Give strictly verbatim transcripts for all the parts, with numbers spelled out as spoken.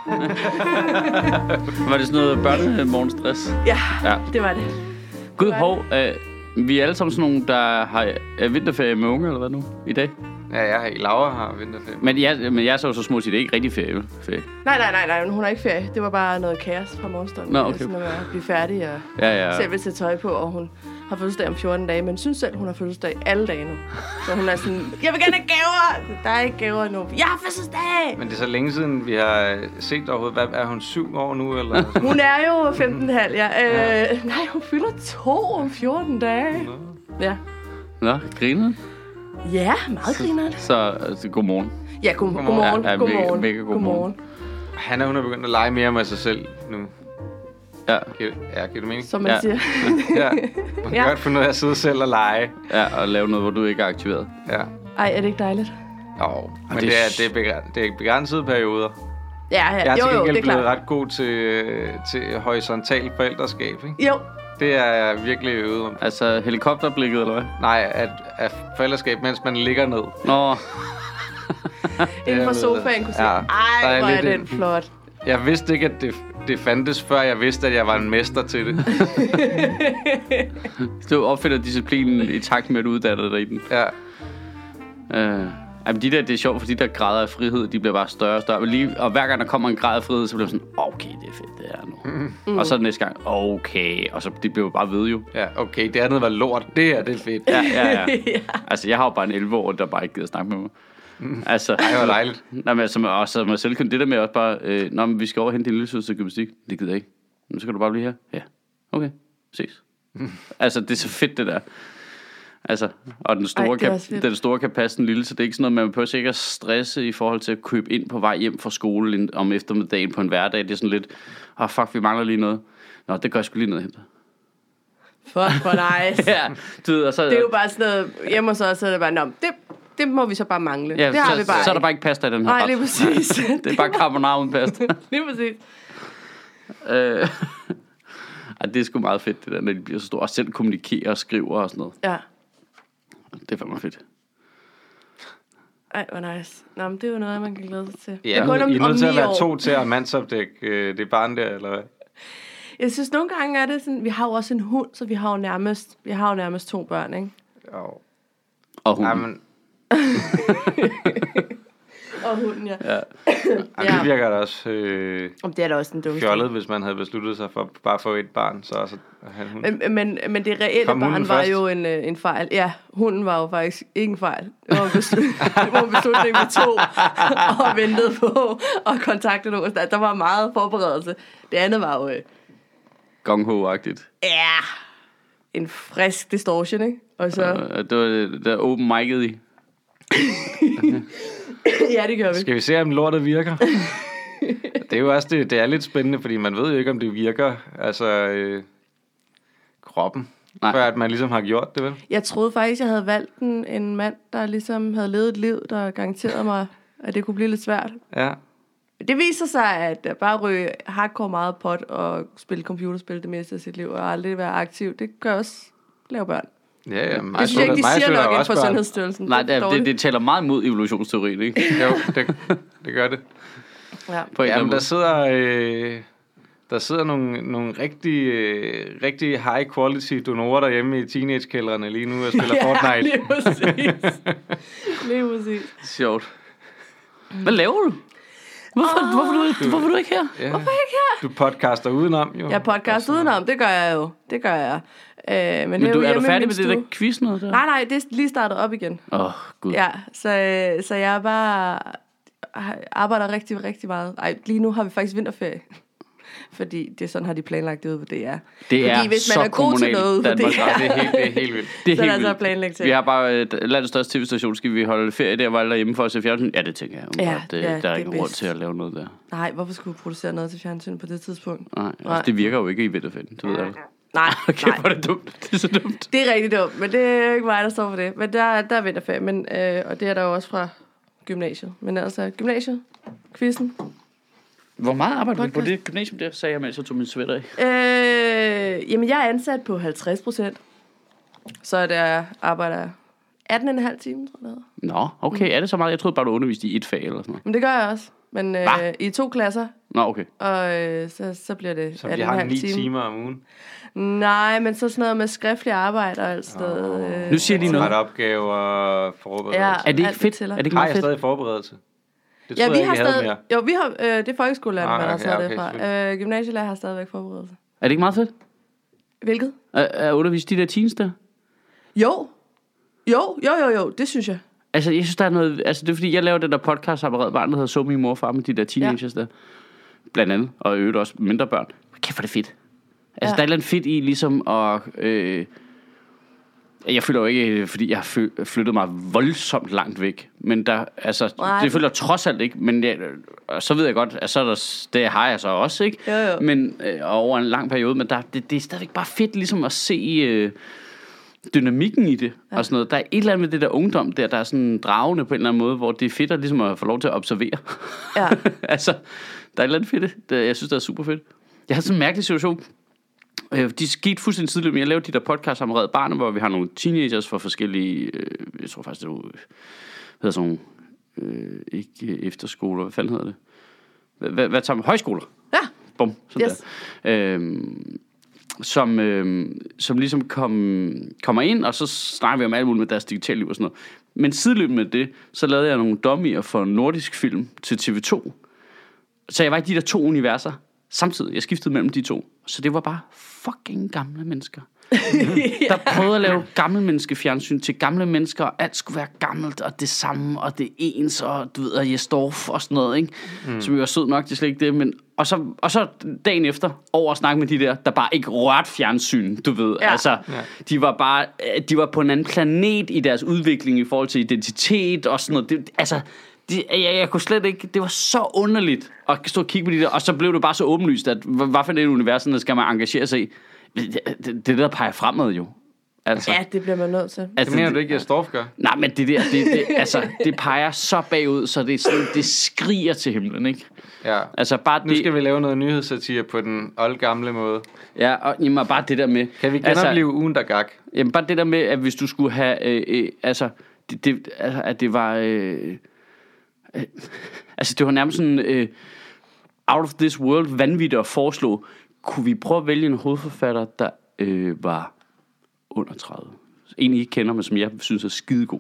Var det sådan noget børnemorgenstress? Ja, ja, det var det. Gud, hov, øh, vi er alle sammen sådan nogle, der har er vinterferie med unge, eller hvad nu, i dag? Ja, jeg har Laura har vinterferie. Men jeg, men jeg er så så små, at det er ikke rigtig ferie. ferie. Nej, nej, nej, nej, hun har ikke ferie. Det var bare noget kaos fra morgenstunden. Nå, okay. Sådan at blive færdig og ja, ja. selv vil sætte tøj på, og hun har fødselsdag om fjorten dage, men synes selv, hun har fødselsdag alle dage nu. Så hun er sådan, jeg vil gerne have gaver! Der er ikke gaver nu. Jeg har fødselsdag! Men det er så længe siden, vi har set overhovedet. Hvad, er hun syv år nu, eller? Hun er jo femten komma fem, ja. Øh, ja. Nej, hun fylder to om fjorten dage. Nå. Ja. Nå, griner. Ja, meget griner. Så altså, godmorgen. Ja, god, godmorgen. Godmorgen. Ja, godmorgen. Mega, mega godmorgen. Han er, hun er begyndt at lege mere med sig selv nu. Ja. Ja, giver det mening? Som man ja. siger. Ja. Man kan ja. godt finde ud af at sidde selv og lege. Ja, og lave noget, hvor du ikke er aktiveret. Ja. Ej, er det ikke dejligt? Jo, men det, det, er, det, er begrænsede, det er begrænsede perioder. Ja, ja. Jeg er jo, til jo, det er blevet klart. ret god til, til horisontal forældreskab, ikke? Jo. Det er jeg virkelig øvet om. Altså helikopterblikket, eller hvad? Nej, at, at forældreskab, mens man ligger ned. Nå. Inden for sofaen kunne sige, ja, ej, hvor er den en... flot. Jeg vidste ikke, at det, det fandtes, før jeg vidste, at jeg var en mester til det. Du opfinder disciplinen i takt med, at du uddanner dig i den. Ja. Øh, jamen, de der, det er sjovt, for de der grader af frihed, de bliver bare større og større. Men lige, og hver gang der kommer en grad af frihed, så bliver det sådan, okay, det er fedt, det er nu. Mm. Og så næste gang, okay. Og så det bliver jo bare ved jo. Ja, okay, det andet var lort. Det her, det er fedt. Ja, ja, ja. ja. Altså, jeg har jo bare en elleve-årig, der bare ikke gider snakke med mig. Mm. Altså, det var dejligt. Nej, men altså, også mig selv, det der med også bare, øh, nå, men vi skal over og hente din lille søster til gymnastik. Det gider jeg ikke. Men så kan du bare blive her. Ja, okay, ses. Mm. Altså, det er så fedt, det der. Altså, og den store, Ej, kan, den store kan passe den lille, så det er ikke sådan noget, man behøver ikke at stresse i forhold til at købe ind på vej hjem fra skole om eftermiddagen på en hverdag. Det er sådan lidt, åh oh, fuck, vi mangler lige noget. Nå, det gør jeg sgu lige ned og hente. Fuck, hvor nice. Ja, du ved, og så, det er jo bare sådan noget, hjemme og så, så er det bare, nå, det, det må vi så bare mangle. Ja, det har så, vi bare så er der bare ikke pasta i den her. Nej, lige præcis. Ja, det er bare carbonara uden pasta. Lige præcis. Øh, det er sgu meget fedt, det der, når de bliver så store. Og selv kommunikerer og skriver og sådan noget. Ja. Det er fandme fedt. Ej, hvor nice. Nå, men det er jo noget, man kan glæde sig til. Ja, I er nødt til at være to til at mandsopdække det barn der, eller hvad? Jeg synes, nogle gange er det sådan, vi har jo også en hund, så vi har jo nærmest, vi har jo nærmest to børn, ikke? Jo. Og hunden. Jamen. Og hunden, ja. Ja. Jamen, det virker da også øh, Om det er da også en dumme fjollet, hvis man havde besluttet sig for bare at få et barn, så også at have en hund. Men, men, men det reelle Kom barn var først. jo en, en fejl. Ja, hunden var jo faktisk ikke en fejl. Det var en beslutning, det var en beslutning vi tog og ventede på og kontakte nogen. Der var meget forberedelse. Det andet var jo... Øh, Gong-ho-agtigt. Ja, en frisk distortion, ikke? Og så... Uh, det var der open mic'et i. Ja, det gør vi. Skal vi se, om lortet virker? Det er jo også det, det er lidt spændende, fordi man ved jo ikke, om det virker, altså øh, kroppen, Nej. før at man ligesom har gjort det, vel? Jeg troede faktisk, jeg havde valgt en, en mand, der ligesom havde levet et liv, der garanterede mig, at det kunne blive lidt svært. Ja. Det viser sig, at bare ryge hardcore meget pot og spille computerspil det meste af sit liv, og aldrig være aktiv, det gør også lave børn. Ja, ja. Det synes jeg ikke, de siger nok inden for Sundhedsstyrelsen. Nej, det, det, det taler meget mod evolutionsteorien, ikke? Jo, det, det gør det. Ja. På Jamen, der sidder, øh, der sidder nogle, nogle rigtig, øh, rigtig high quality donorer derhjemme i teenagekældrene lige nu og spiller ja, Fortnite. lige præcis. Lige præcis. Sjovt. Hvad laver du? Hvorfor, oh. hvorfor, du, hvorfor er du ikke her? Ja. Hvorfor ikke her? Du podcaster udenom, jo. Jeg podcaster udenom, det gør jeg jo. Det gør jeg. Øh, men men du, er, er du færdig med stue. det der quiz noget der? Nej, nej, det er lige startet op igen. Åh, oh, gud. Ja, så, så jeg bare arbejder rigtig, rigtig meget. Ej, lige nu har vi faktisk vinterferie. Fordi det er sådan, har de planlagt det ude på D R. Det er Fordi hvis man er god til noget Danmark, det er helt, det er helt vildt. Det er så helt er vildt. altså planlagt til. Vi har bare et landets største tv-station. Skal vi holde ferie der, hvor alle er hjemme for at se fjernsyn? Ja, det tænker jeg. Ja, det, ja, der er det ikke er råd til at lave noget der. Nej, hvorfor skulle vi producere noget til fjernsyn på det tidspunkt? Nej, altså, Nej. Det virker jo ikke i vinterferien, det ved jeg. Nej, okay, nej. hvor er det dumt. Det er så dumt. Det er rigtig dumt, men det er ikke mig, der står for det. Men der, der er vinterferie, men, øh, og det er der jo også fra gymnasiet. Men altså, gymnasiet, quizzen. Hvor meget arbejder du på det gymnasium der, sagde jeg, mens jeg tog min sweater af? Øh, jamen, jeg er ansat på halvtreds procent. Så der arbejder jeg atten komma fem timer, tror jeg. Nå, okay. Mm. Er det så meget? Jeg troede bare, du underviste i et fag eller sådan noget. Men det gør jeg også. Men øh, i to klasser. Nå, okay. Og øh, så, så bliver det så vi har ni time. timer om ugen? Nej, men så sådan noget med skriftlig arbejde og alt sted. Oh. Øh, nu siger de noget. Ret opgaver, forberedelse. Ja, er det ikke fedt? Er det ikke har jeg stadig forberedelse? Det ja, vi jeg, har stadig. Jo, vi har, øh, det er folkeskolelærer, ah, man har taget okay, det fra. Øh, gymnasielærer har stadigvæk forberedelse. Er det ikke meget fedt? Hvilket? Er, er undervist de der teens der? Jo. Jo, jo, jo, jo, det synes jeg. Altså, jeg synes, der er noget... Altså, det er fordi, jeg laver den der podcast, har barn, der hedder Så min mor og far med de der teenagers ja. der. Blandt andet. Og øvrigt også mindre børn. Kæft, hvor det fedt. Altså, ja. der er et eller andet fedt i, ligesom at... Øh, jeg føler jo ikke, fordi jeg har flyttet mig voldsomt langt væk. Men der... Altså, Nej. det føler jeg trods alt ikke. Men jeg, så ved jeg godt, at så er der, det har jeg så også, ikke? Jo, jo. Men øh, over en lang periode. Men der, det, det er stadigvæk bare fedt, ligesom at se... Øh, dynamikken i det ja. og sådan noget. Der er et eller andet med det der ungdom der, der er sådan dragende på en eller anden måde, hvor det er fedt at, ligesom at få lov til at observere. Ja. altså, der er et eller andet fedt det. Jeg synes, det er super fedt. Jeg havde sådan en mærkelig situation. De skete fuldstændig tidligt, men jeg lavede de der podcasts om Red Barnet, hvor vi har nogle teenagers fra forskellige, jeg tror faktisk, det var, hedder sådan øh, ikke efterskoler, hvad fanden hedder det? Hvad, hvad tager man? Højskoler? Ja. Bum, sådan yes. der. Øhm, som, øh, som ligesom kom, kommer ind, og så snakker vi om alt muligt med deres digitale liv og sådan noget. Men sideløbende med det, så lavede jeg nogle dummier for nordisk film til T V to. Så jeg var i de der to universer samtidig. Jeg skiftede mellem de to. Så det var bare fucking gamle mennesker. Der prøvede at lave gamle menneskefjernsyn til gamle mennesker, og alt skulle være gammelt, og det samme, og det ens, og du ved, og Jesdorf og sådan noget, ikke? Mm. Som jo var sød nok, det er slet ikke det, men og så, og så dagen efter, over at snakke med de der, der bare ikke rørte fjernsyn, du ved, ja. altså, ja. de var bare, de var på en anden planet i deres udvikling i forhold til identitet og sådan noget, det, altså, det, jeg, jeg kunne slet ikke, det var så underligt at stå og kigge på de der, og så blev det bare så åbenlyst, at hvad for det univers, der skal man engagere sig i. Det, det, det der peger fremad jo. Altså, ja, det bliver man nødt til. Altså, det mener du ikke, at Storff gør? Nej, men det der, det, det, altså, det peger så bagud, så det, sådan, det skriger til himlen, ikke? Ja. Altså, bare nu det, skal vi lave noget nyhedssatire på den oldgamle måde. Ja, og jamen, bare det der med... Kan vi genopleve altså, ugen, der gak? Jamen, bare det der med, at hvis du skulle have... Øh, øh, altså, det, det, altså, at det var... Øh, øh, altså, det var nærmest sådan... Øh, out of this world vanvittigt at foreslå... Kunne vi prøve at vælge en hovedforfatter, der øh, var under tredive? En, I ikke kender, men som jeg synes er skidegod.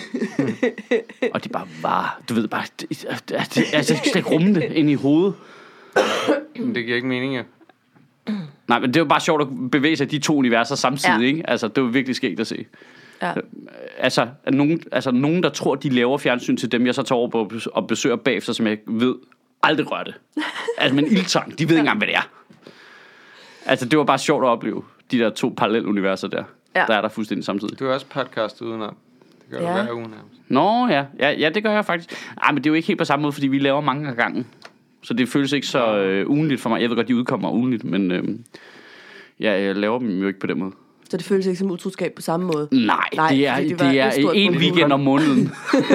Og det bare var... Du ved bare... Det, det, det, altså, jeg kan slet ikke rumme det ind i hovedet. Det giver ikke mening, ja. Nej, men det var bare sjovt at bevæge sig i de to universer samtidig, ja. Ikke? Altså, det var virkelig skægt at se. Ja. Altså, nogen, altså, nogen, der tror, de laver fjernsyn til dem, jeg så tager over på og besøger bagefter, som jeg ved aldrig rører det. Altså, men ildtang, de ved ikke engang, hvad det er. Altså, det var bare sjovt at opleve de der to parallelle universer der. Ja. Der er der fuldstændig samtidig. Du er også podcast udenom. Det gør ja. du hver uge nærmest. Nå, ja. ja. Ja, det gør jeg faktisk. Ej, men det er jo ikke helt på samme måde, fordi vi laver mange af gangen. Så det føles ikke så øh, ugenligt for mig. Jeg ved godt, de udkommer ugenligt, men øh, ja, jeg laver dem jo ikke på den måde. Så det føles ikke som utroskab på samme måde? Nej, Nej det er, det det er en weekend om måneden.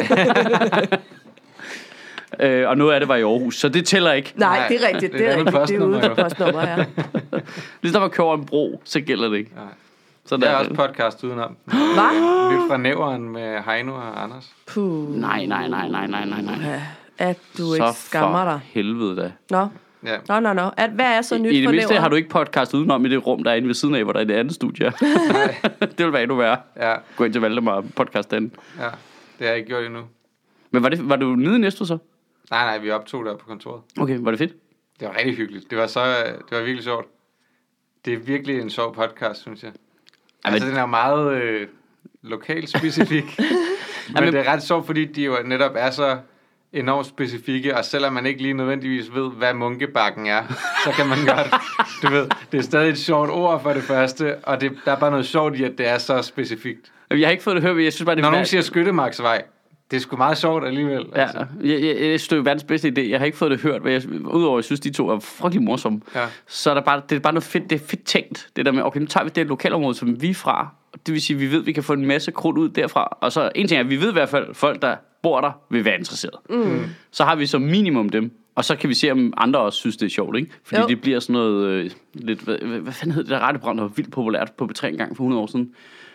Øh, og noget af det var i Aarhus, så det tæller ikke. Nej, det er rigtigt. Det er, det er, det er ude på postnummer, ja. Hvis der var kører en bro, så gælder det ikke. Nej. Så der er også podcast udenom. Hvad? Lyt fra Næveren med Heino og Anders. Puh. Nej, nej, nej, nej, nej, nej, nej. Ja, at du ikke skammer dig. Så for helvede da. Nå. Ja. Nå, nå, nå. At, hvad er så nyt I, i for det mindste Næveren? har du ikke podcast udenom i det rum, der er inde ved siden af, hvor der er det andet studie. Det vil være endnu værre. Ja. Gå ind til Valdemar podcast den. Ja, det har jeg ikke gjort endnu. Men var, det, var du nede i Næstved så? Nej, nej, vi optog der på kontoret. Okay, var det fedt? Det var rigtig hyggeligt. Det var så, det var virkelig sjovt. Det er virkelig en sjov podcast, synes jeg. Altså, Jamen, den er meget øh, lokalt specifik. Men Jamen, det er ret sjovt, fordi de jo netop er så enormt specifikke, og selvom man ikke lige nødvendigvis ved, hvad Munkebakken er, så kan man godt, du ved, det er stadig et sjovt ord for det første, og det, der er bare noget sjovt i, at det er så specifikt. Jeg har ikke fået det hørt, men jeg synes bare, det er... Når nogen siger Skyttemarksvej, det er sgu meget sjovt alligevel. Ja, altså. jeg, jeg, jeg synes, det er verdens bedste idé. Jeg har ikke fået det hørt, men jeg, udover at jeg synes, de to er frygtelig morsomme, ja. Så er der bare, det er bare noget fedt, det er fedt tænkt. Det der med, okay, nu tager vi det lokalområde, som vi er fra. Det vil sige, at vi ved, at vi kan få en masse krudt ud derfra. Og så en ting er, at vi ved i hvert fald, at folk, der bor der, vil være interesseret. Mm. Så har vi som minimum dem. Og så kan vi se, om andre også synes, det er sjovt, ikke? Fordi jo. Det bliver sådan noget... Øh, lidt, hvad, hvad fanden hed det der Radioprogram, der var vildt populært på B tre engang for hundrede år siden?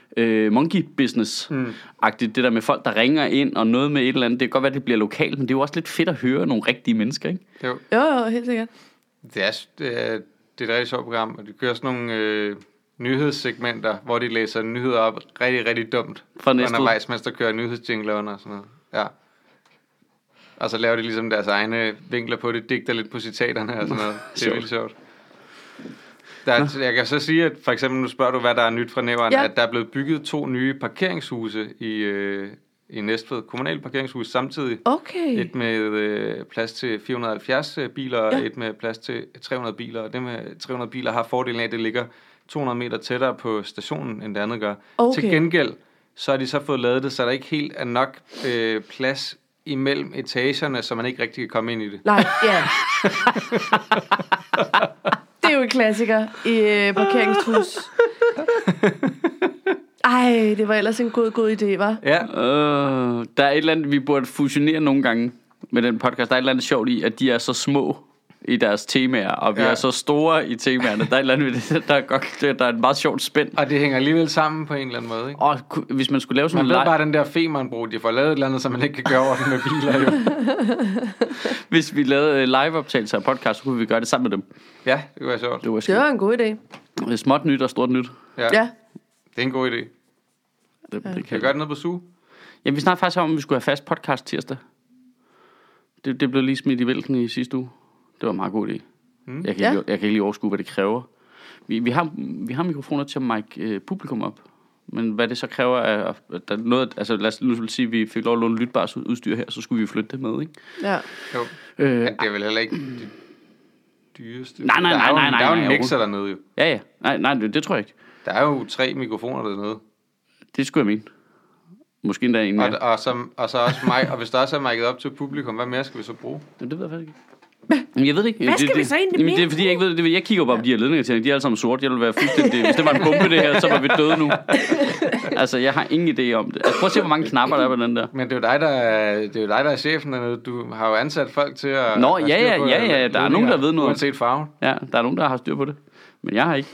øh, monkey business-agtigt. Mm. Det der med folk, der ringer ind og noget med et eller andet. Det kan godt være, det bliver lokalt, men det er jo også lidt fedt at høre nogle rigtige mennesker, ikke? Jo, jo, jo helt sikkert. Det er, det er, det er et rigtig sjovt program, og de kører sådan nogle øh, nyhedssegmenter, hvor de læser nyheder op rigtig, rigtig dumt. Fra næste undervejs, mens der kører nyhedsjingler under og sådan noget. Ja. Og så laver de ligesom deres egne vinkler på det, digter lidt på citaterne og sådan noget. Det er vildt sjovt. Der er, jeg kan så sige, at for eksempel, nu spørger du, hvad der er nyt fra Nævren, ja. At der er blevet bygget to nye parkeringshuse i, øh, i Næstved. Kommunale parkeringshus samtidig. Okay. Et med øh, plads til fire hundrede og halvfjerds biler, ja. Og et med plads til tre hundrede biler. Og det med tre hundrede biler har fordelen af, at det ligger to hundrede meter tættere på stationen, end det andet gør. Okay. Til gengæld, så har de så fået lavet det, så der ikke helt er nok øh, plads imellem etagerne, så man ikke rigtig kan komme ind i det. Nej, ja. Det er jo en klassiker i øh, parkeringshus. Ej, det var ellers en god, god idé, hva'? Ja. Uh, der er et eller andet, vi burde fusionere nogle gange med den podcast. Der er et eller andet sjovt i, at de er så små i deres temaer, og vi ja. Er så store i temaerne. Der er et eller andet, der er, godt, der er et meget sjovt spænd. Og det hænger alligevel sammen på en eller anden måde, ikke? Og hvis man skulle lave sådan man en ved bare den der Femernbro, de får lavet et eller andet, så man ikke kan gøre over den med biler, jo. Hvis vi lavede live-optagelser af podcast, så kunne vi gøre det sammen med dem. Ja, det kunne være sjovt. Det var, det var en god idé. Det er småt nyt og stort nyt. Ja. ja. Det er en god idé. Det, ja. det kan vi gøre det ned på Zoo? Jamen, vi snakker faktisk om, at vi skulle have fast podcast tirsdag. Det, det blev lige smidt i vælten i sidste uge. Det var en meget god idé. Mm. Jeg, kan ja. ikke, jeg kan ikke lige overskue, hvad det kræver. Vi, vi, har, vi har mikrofoner til at mic øh, publikum op. Men hvad det så kræver er, at der er noget, altså lad os nu sige, at vi fik lov at låne lytbart udstyr her, så skulle vi flytte det med, ikke? Ja. Jo. Øh, ja, det er vel heller ikke det dyreste. Nej, nej, nej, nej, nej. Der er jo en nej, mixer dernede, jo. Ja, ja. Nej, nej, det, det tror jeg ikke. Der er jo tre mikrofoner dernede. Det skulle jeg mene. Måske endda en mere. Og, og, så, og så også mig. Og hvis der også er mic'et op til publikum, hvad mere skal vi så bruge? Jamen, det ved jeg faktisk ikke. Men jeg ved det ikke. Hvad skal det, vi så egentlig mere? Det er fordi, jeg ikke ved det. Jeg kigger bare på de her ledninger til, de er alle sammen sorte. Jeg vil være fuldstændig... Hvis det var en bombe, det her, så var vi døde nu. Altså, jeg har ingen idé om det. Altså, prøv at se, hvor mange knapper der er på den der. Men det er jo dig, der er, det er, jo dig, der er chefen dernede. Du har jo ansat folk til at... Nå, ja, ja, ja, ja. Der er nogen, der ved noget. Uanset farven. Ja, der er nogen, der har styr på det. Men jeg har ikke.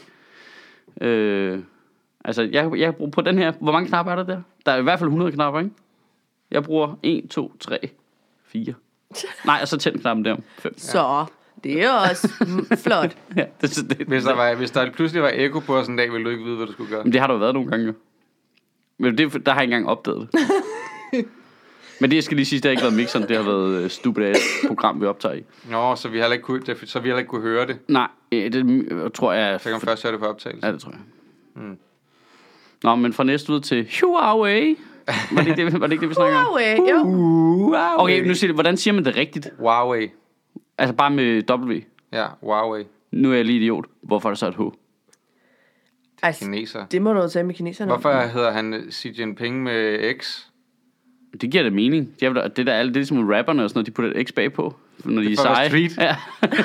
Øh, altså, jeg, jeg bruger på den her... Hvor mange knapper er der der? Der er i hvert fald hundrede knapper, ikke? Jeg bruger en, to, tre, fire. Nej, og så tænd knappen der. fem. Så... Det er også flot. Ja, det, det, det, hvis, der var, hvis der pludselig var ekko på sådan en dag, ville du ikke vide, hvad du skulle gøre. Men det har der jo været nogle gange jo. Men det, der har jeg ikke engang opdaget det. Men det, jeg skal lige sige, det har ikke været mixeren. Det har været stupid ass program, vi optager i. Nå, så vi heller ikke kunne, det, så vi heller ikke kunne høre det. Nej, det tror jeg... Så kan man først høre det på optagelse. Ja, det tror jeg. Hmm. Nå, men fra næste ud til Huawei. Var det ikke det, var det, ikke det vi snakker om? Huawei, jo. Huawei. Okay, nu siger det. Hvordan siger man det rigtigt? Huawei. Altså bare med W. Ja, Huawei. Nu er jeg lige idiot. Hvorfor er der så et H? Altså, kineser. Det må du jo tage med kineserne. Hvorfor hedder han Xi Jinping med X? Det giver da mening. Det er, det der, det er ligesom rapperne og sådan noget, de putter et X bagpå. Når de det er seje. Street. Ja.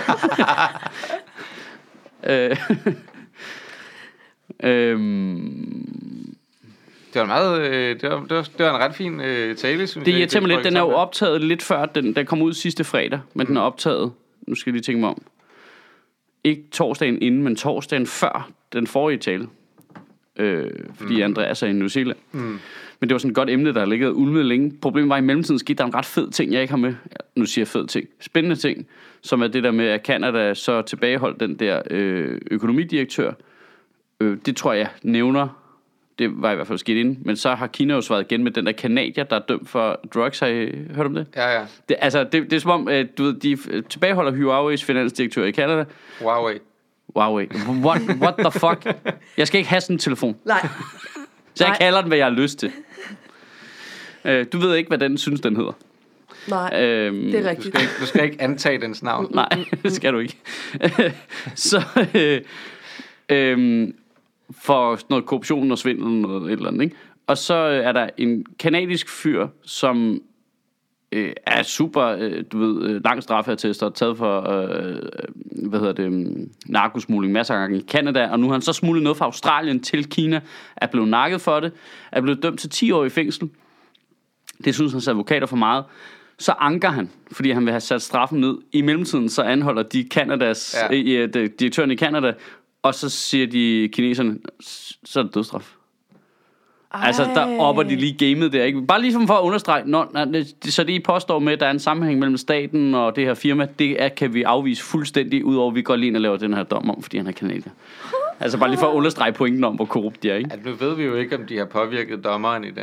øhm. Det var, meget, øh, det, var, det, var, det var en ret fin øh, tale, synes det jeg. irriterer mig lidt. Den er jo optaget lidt før, den, den kom ud sidste fredag, men mm. den er optaget, nu skal jeg lige tænke mig om, ikke torsdagen inden, men torsdagen før den forrige tale. Øh, fordi mm. Andreas er i New Zealand. Mm. Men det var sådan et godt emne, der har ligget ulmet længe. Problemet var, i mellemtiden skete der en ret fed ting, jeg ikke har med. Nu siger jeg fed ting. Spændende ting, som er det der med, at Canada så tilbageholdt den der øh, økonomidirektør. Øh, det tror jeg nævner. Det var i hvert fald sket inden. Men så har Kina jo svaret igen med den der kanadier, der er dømt for drugs. Har I hørt om det? Ja, ja. Det, altså, det, det er som om, at du ved, de tilbageholder Huawei's finansdirektør i Canada. Huawei. Huawei. What, what the fuck? Jeg skal ikke have sådan en telefon. Nej. Så jeg Nej. kalder den, hvad jeg har lyst til. Uh, du ved ikke, hvad den synes, den hedder. Nej, øhm, det er rigtigt. Du skal, ikke, du skal ikke antage dens navn. Nej, det skal du ikke. Så... Øh, øh, for sådan noget korruption og svindel og et eller andet, ikke? Og så er der en kanadisk fyr, som øh, er super, øh, du ved, øh, lang straffeattester taget for, øh, hvad hedder det, narkosmugling masser af gange i Canada, og nu har han så smuglet noget fra Australien til Kina, er blevet nakket for det, er blevet dømt til ti år i fængsel. Det synes hans advokater for meget. Så anker han, fordi han vil have sat straffen ned. I mellemtiden så anholder de Kanadas, ja. øh, direktøren i Canada, og så siger de kineserne, så er det dødsstraf. Ej. Altså, der opper de lige gamet der, ikke? Bare ligesom for at understrege, når, når det, så det I påstår med, at der er en sammenhæng mellem staten og det her firma, det er, kan vi afvise fuldstændig, udover at vi går lige ind og laver den her dom om, fordi han er kanadier. Altså bare lige for at understrege pointen om, hvor korrupt de er, ikke? Altså, nu ved vi jo ikke, om de har påvirket dommeren i den.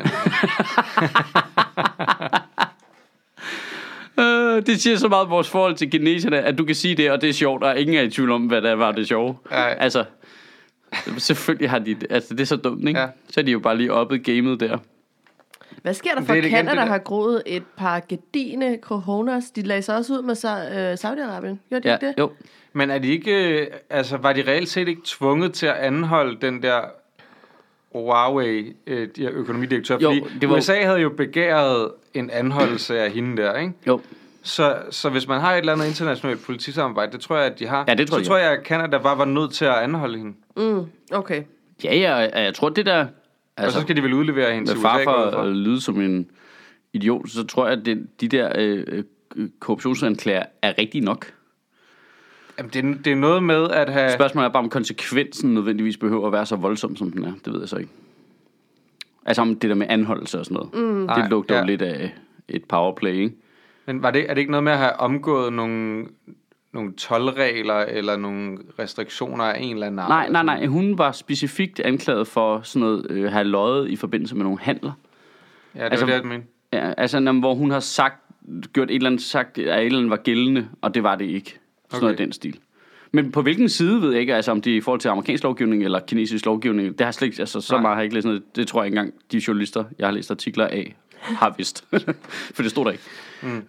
uh, det siger så meget om vores forhold til kineserne, at du kan sige det, og det er sjovt, og ingen er i tvivl om, hvad der var det sjove. Ej. Altså, selvfølgelig har de det. Altså, det er så dumt, ikke? Ja. Så er de jo bare lige oppet gamet der. Hvad sker der for Canada, der har groet et par gedine coronas? De lagde sig også ud med Sa- øh, Saudi-Arabien. Gjorde de Ja, ikke det? jo. Men er de ikke, altså var de reelt set ikke tvunget til at anholde den der Huawei, øh, de her økonomidirektør? Jo, Fordi det var... U S A havde jo begæret en anholdelse af hende der, ikke? Jo. Så, så hvis man har et eller andet internationalt politisamarbejde, det tror jeg, at de har. Ja, det tror så jeg. tror jeg, at Canada bare var nødt til at anholde hende. Mm, okay. Ja, ja, jeg, jeg tror det der... Altså, og så skal de vel udlevere hende til U S A. Med far for at lyde som en idiot, så tror jeg, at det, de der øh, korruptionsanklager er rigtige nok. Jamen, det, det er noget med at have... Spørgsmålet er bare, om konsekvensen nødvendigvis behøver at være så voldsom, som den er. Det ved jeg så ikke. Altså om det der med anholdelse og sådan noget. Mm. Det lugter jo ja. lidt af et powerplay, ikke? Men var det, er det ikke noget med at have omgået nogle, nogle toldregler eller nogle restriktioner af en eller anden art? Nej, nej, nej. Hun var specifikt anklaget for sådan noget, øh, have løjet i forbindelse med nogle handler. Ja, det altså, var det, jeg mener. Ja, altså når, hvor hun har sagt, gjort et eller andet, sagt, at et eller andet var gældende, og det var det ikke. Sådan okay. noget af den stil. Men på hvilken side ved jeg ikke, altså om det er i forhold til amerikansk lovgivning eller kinesisk lovgivning, det har slet ikke, altså så meget har jeg ikke læst noget. Det tror jeg ikke engang, de journalister, jeg har læst artikler af, har vidst. For det stod der ikke. Mm.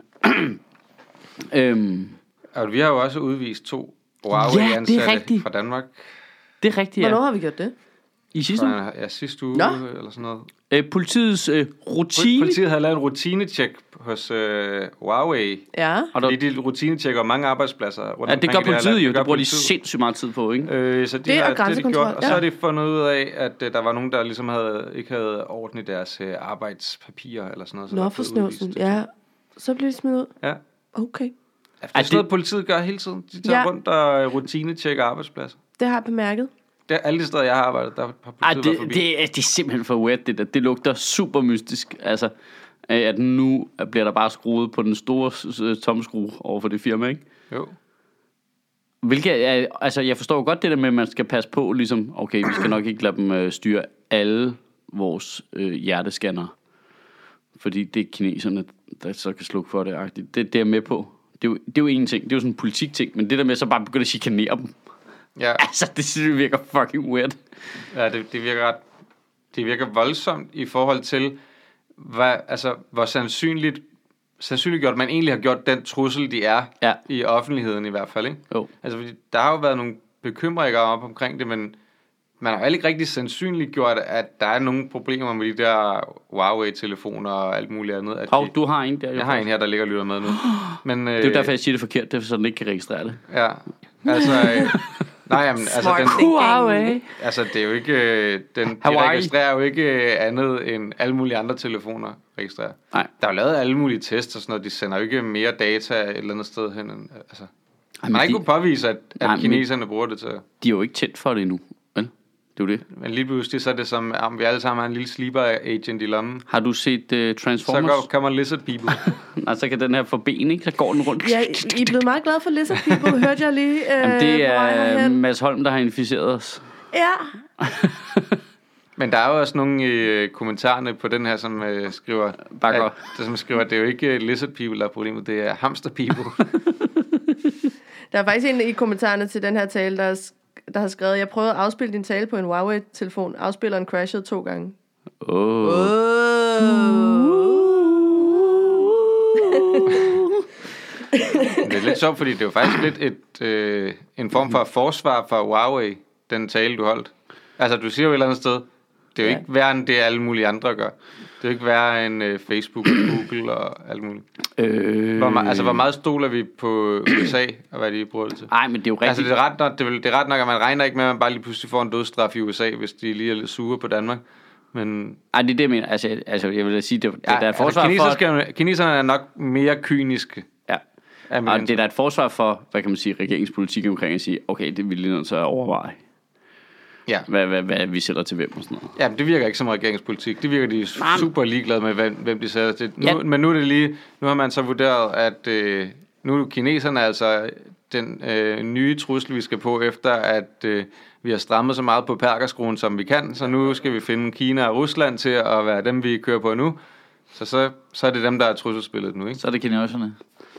øhm. Og vi har jo også udvist to Huawei-ansatte ja, fra Danmark. Det er rigtigt, ja. Hvornår har vi gjort det? I sidste uge? Ja, sidste uge Nå. eller sådan noget. Æ, politiets øh, rutine... Politiet havde lavet en rutinetjek hos øh, Huawei. Ja. Og fordi de rutinetjekker mange arbejdspladser. Ja, det gør politiet det jo. Det, det bruger politiet. De sindssygt meget tid på, ikke? Øh, så de det har, er grænsekontrol. Og så har de fundet ud af, at uh, der var nogen, der ligesom havde, ikke havde orden i deres uh, arbejdspapirer eller sådan noget. Så Nå, for snøvsen. Ja. Så bliver de smidt ud? Ja. Okay. Ja, det er sådan noget, politiet gør hele tiden. De tager ja. rundt og rutinetjekker arbejdspladser. Det har jeg bemærket. Det er alle de steder, jeg har arbejdet, der har politiet Ej, det, været forbi. Det, er, det er simpelthen for weird, det der. Det lugter super mystisk. Altså, at nu bliver der bare skruet på den store tomskrue over for det firma, ikke? Jo. Hvilket, altså, jeg forstår godt det der med, at man skal passe på, ligesom, okay, vi skal nok ikke lade dem øh, styre alle vores øh, hjertescanner. Fordi det er kineserne, der så kan slukke for det. Det, det er jeg med på. Det er, jo, det er jo en ting. Det er jo sådan en politikting. Men det der med så bare begynde at chikanere dem. Ja. Altså, det synes jeg virker fucking weird. Ja, det, det virker ret... Det virker voldsomt i forhold til, hvad, altså, hvor sandsynligt, sandsynliggjort man egentlig har gjort den trussel, de er ja. i offentligheden i hvert fald, ikke? Jo. Altså, fordi der har jo været nogle bekymringer op omkring det, men man har jo ikke rigtig sandsynliggjort, at der er nogle problemer med de der Huawei-telefoner og alt muligt andet. At Hov, de, du har en der. Jeg har en her, der ligger og lytter med nu. Men, det er jo derfor, jeg siger det forkert, det er, så den ikke kan registrere det. Ja, altså... Nej, jamen, altså, den, Huawei. Altså, det er jo ikke... Den, de registrerer jo ikke andet end alle mulige andre telefoner registrerer. Nej. Der er jo lavet alle mulige tests og sådan noget. De sender jo ikke mere data et eller andet sted hen. End, altså. Ej, man har ikke de, kunnet påvise, at, at nej, kineserne bruger det til... De er jo ikke tændt for det endnu, vel? Det er jo det. Men lige pludselig så er det som, om vi alle sammen har en lille sleeper-agent i lommen. Har du set uh, Transformers? Så går, kommer Lizard People. Nej, så kan den her få ben, ikke? Så går den rundt. Ja, I er blevet meget glade for Lizard People, hørte jeg lige. Øh, Jamen, det er Mads Holm, der har inficeret os. Ja. Men der er jo også nogle i øh, kommentarerne på den her, som øh, skriver, at, som skriver, at det er jo ikke uh, Lizard People, der er problemet, det er Hamster People. Der er faktisk en i kommentarerne til den her tale, der er der har skrevet, jeg prøvede at afspille din tale på en Huawei-telefon. Afspilleren crashede to gange. Åh. Oh. Oh. Det er lidt sjovt, fordi det er jo faktisk lidt et, øh, en form for forsvar for Huawei, den tale, du holdt. Altså, du siger jo et eller andet sted, det er jo ja. ikke værre end det, alle mulige andre gør. Det er jo ikke værre end øh, Facebook og Google og alt muligt. Øh... Hvor, altså, hvor meget stoler vi på U S A, og hvad de bruger det til? Nej, men det er jo rigtigt. Altså, det er, ret nok, det, er, det er ret nok, at man regner ikke med, at man bare lige pludselig får en dødsstraf i U S A, hvis de lige er lidt sure på Danmark. Men... Ej, det er det, jeg mener. Altså, altså jeg vil sige, det, det ja, der er et forsvar altså, for... Kineserne er nok mere kyniske. Ja, og det er der et forsvar for, hvad kan man sige, regeringspolitik omkring at sige, okay, det vil lige nødt til at overveje. Ja. Hvad, hvad, hvad vi sælger til hvem og sådan noget. Ja, men det virker ikke som regeringspolitik. Det virker de super ligeglade med, hvem, hvem de sætter til. Nu, ja. Men nu er det lige, nu har man så vurderet, at øh, nu er kineserne altså den øh, nye trussel, vi skal på, efter at øh, vi har strammet så meget på perkerskruen, som vi kan. Så nu skal vi finde Kina og Rusland til at være dem, vi kører på nu. Så, så, så er det dem, der er trusselspillet nu, ikke? Så er det kineserne.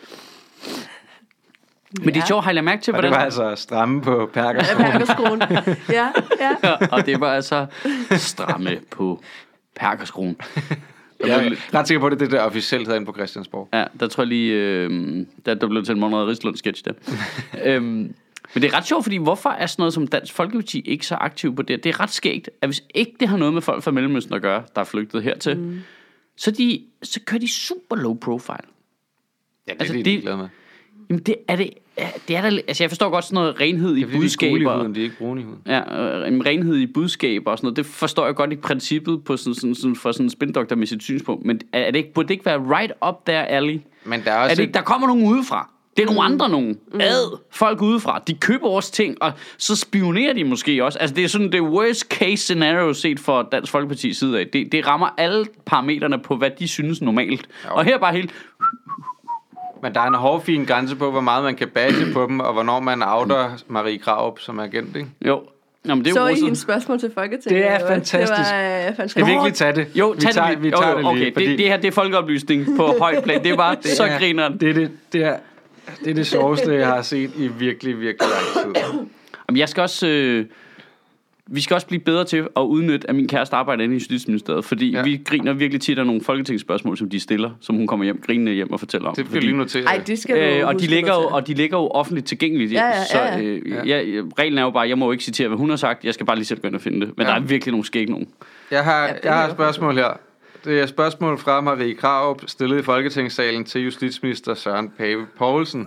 Men det er sjovt, har jeg mærke til, hvordan... Og det var altså stramme på perkerskruen. Perkerskruen. Ja, ja. ja. Og det var altså stramme på perkerskruen. Jeg er ret sikker på, at det er det, der officielt hedder inde på Christiansborg. Ja, der tror jeg lige, øh, der, der blev til en Monrad Rislund-sketch der. øhm, men det er ret sjovt, fordi hvorfor er sådan noget som Dansk Folkeparti ikke så aktiv på det? Det er ret skægt, at hvis ikke det har noget med folk fra Mellemøsten at gøre, der er flygtet hertil, mm. så, de, så kører de super low profile. Ja, det er altså, det, de er glade med. Jamen det er det, det er der, altså jeg forstår godt sådan noget renhed i budskaber. Det er huden, det er ikke brune i huden. Ja, en renhed i budskaber og sådan noget, det forstår jeg godt i princippet på sådan, sådan, sådan, for sådan en spindoktor med sit synspunkt, men er det ikke, burde det ikke være right up there alley? Men der er også... Er det ikke, der kommer nogen udefra. Det er nogle mm. andre nogen. Mm. Ad, folk udefra. De køber vores ting, og så spionerer de måske også. Altså det er sådan det worst case scenario set for Dansk Folkepartis side af. Det, det rammer alle parametrene på, hvad de synes normalt. Jo. Og her bare helt... Men der er en hårfin grænse på, hvor meget man kan badge på dem, og hvornår man outer Marie Krarup som agent, ikke? Jo. Jamen, det er så jo I hendes spørgsmål til Folketinget? Det er fantastisk. Det var, uh, fantastisk. Skal vi ikke lige tage det? Jo, vi tager, det, vi tager jo, det okay. lige. Fordi... Det, det her, det er folkeoplysning på højt plan. Det er bare det så er, grineren. Det er det, det, er, det er det sjoveste, jeg har set i virkelig, virkelig lang tid. Jamen, jeg skal også... Øh, vi skal også blive bedre til at udnytte, at min kæreste arbejder inde i Justitsministeriet, fordi ja. vi griner virkelig tit af nogle folketingsspørgsmål, som de stiller, som hun kommer hjem, grinende hjem og fortæller om. Det vil lige notere. Ej, det skal du øh, og, de ligger jo, og de ligger jo offentligt tilgængeligt. Ja, ja, så ja. øh, ja. Ja, reglen er jo bare, jeg må jo ikke citere, hvad hun har sagt, jeg skal bare lige selv gå ind og finde det. Men ja. der er virkelig nogle skæg nogen. Jeg har, ja, jeg har et spørgsmål her. Det er et spørgsmål fra Marie Krarup, stillet i Folketingssalen til justitsminister Søren Pape Poulsen.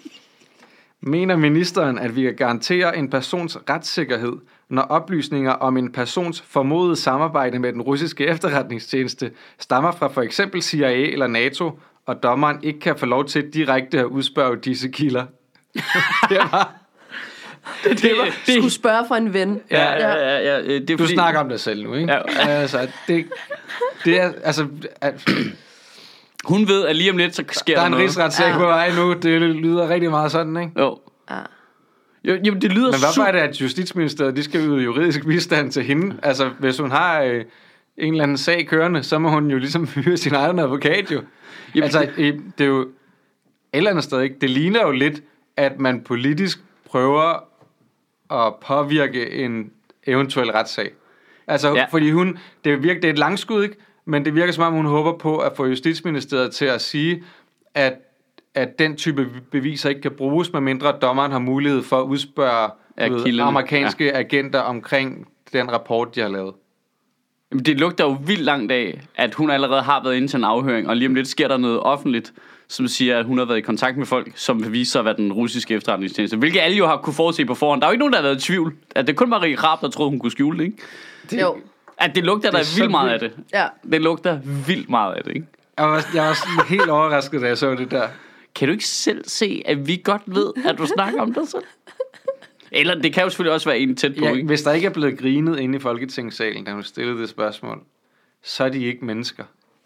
Mener ministeren, at vi kan garantere en persons retssikkerhed, når oplysninger om en persons formodede samarbejde med den russiske efterretningstjeneste stammer fra for eksempel C I A eller NATO, og dommeren ikke kan få lov til direkte at udspørge disse kilder? det var... Det, det, var, det skulle spørge fra en ven. Ja, ja, ja, ja, det er du fordi... snakker om dig selv nu, ikke? Ja. Altså, det, det er... Altså, at... Hun ved, at lige om lidt, så sker der, der er en noget. rigsretssag ja. på vej nu. Det lyder rigtig meget sådan, ikke? Jo. Ja. Jo, jamen, det lyder. Men hvorfor er det, at Justitsministeriet, de skal yde juridisk bistand til hende? Altså, hvis hun har øh, en eller anden sag kørende, så må hun jo ligesom hyre sin egen advokat, jo. Jamen, altså, det er jo et eller andet sted, ikke? Det ligner jo lidt, at man politisk prøver at påvirke en eventuel retssag. Altså, ja. fordi hun, det virker, det er et langskud, ikke? Men det virker som om, hun håber på at få Justitsministeriet til at sige, at, at den type beviser ikke kan bruges, medmindre dommeren har mulighed for at udspørge ved, amerikanske ja. agenter omkring den rapport, de har lavet. Jamen, det lugter jo vildt langt af, at hun allerede har været inde til en afhøring, og lige om lidt sker der noget offentligt, som siger, at hun har været i kontakt med folk, som vil vise sig at være den russiske efterretningstjeneste. Hvilket alle jo har kunne forudse på forhånd. Der er jo ikke nogen, der har været i tvivl. At det er kun Marie Krarup, der troede, hun kunne skjule det, ikke? Det, jo. At det lugter der vildt meget af det. Ja. Det lugter vildt meget af det, ikke? Jeg var, jeg var helt overrasket, da jeg så det der. Kan du ikke selv se, at vi godt ved, at du snakker om det selv? Eller det kan jo selvfølgelig også være en tæt på, ja, ikke? Hvis der ikke er blevet grinet inde i Folketingssalen, da hun stillede det spørgsmål, så er de ikke mennesker.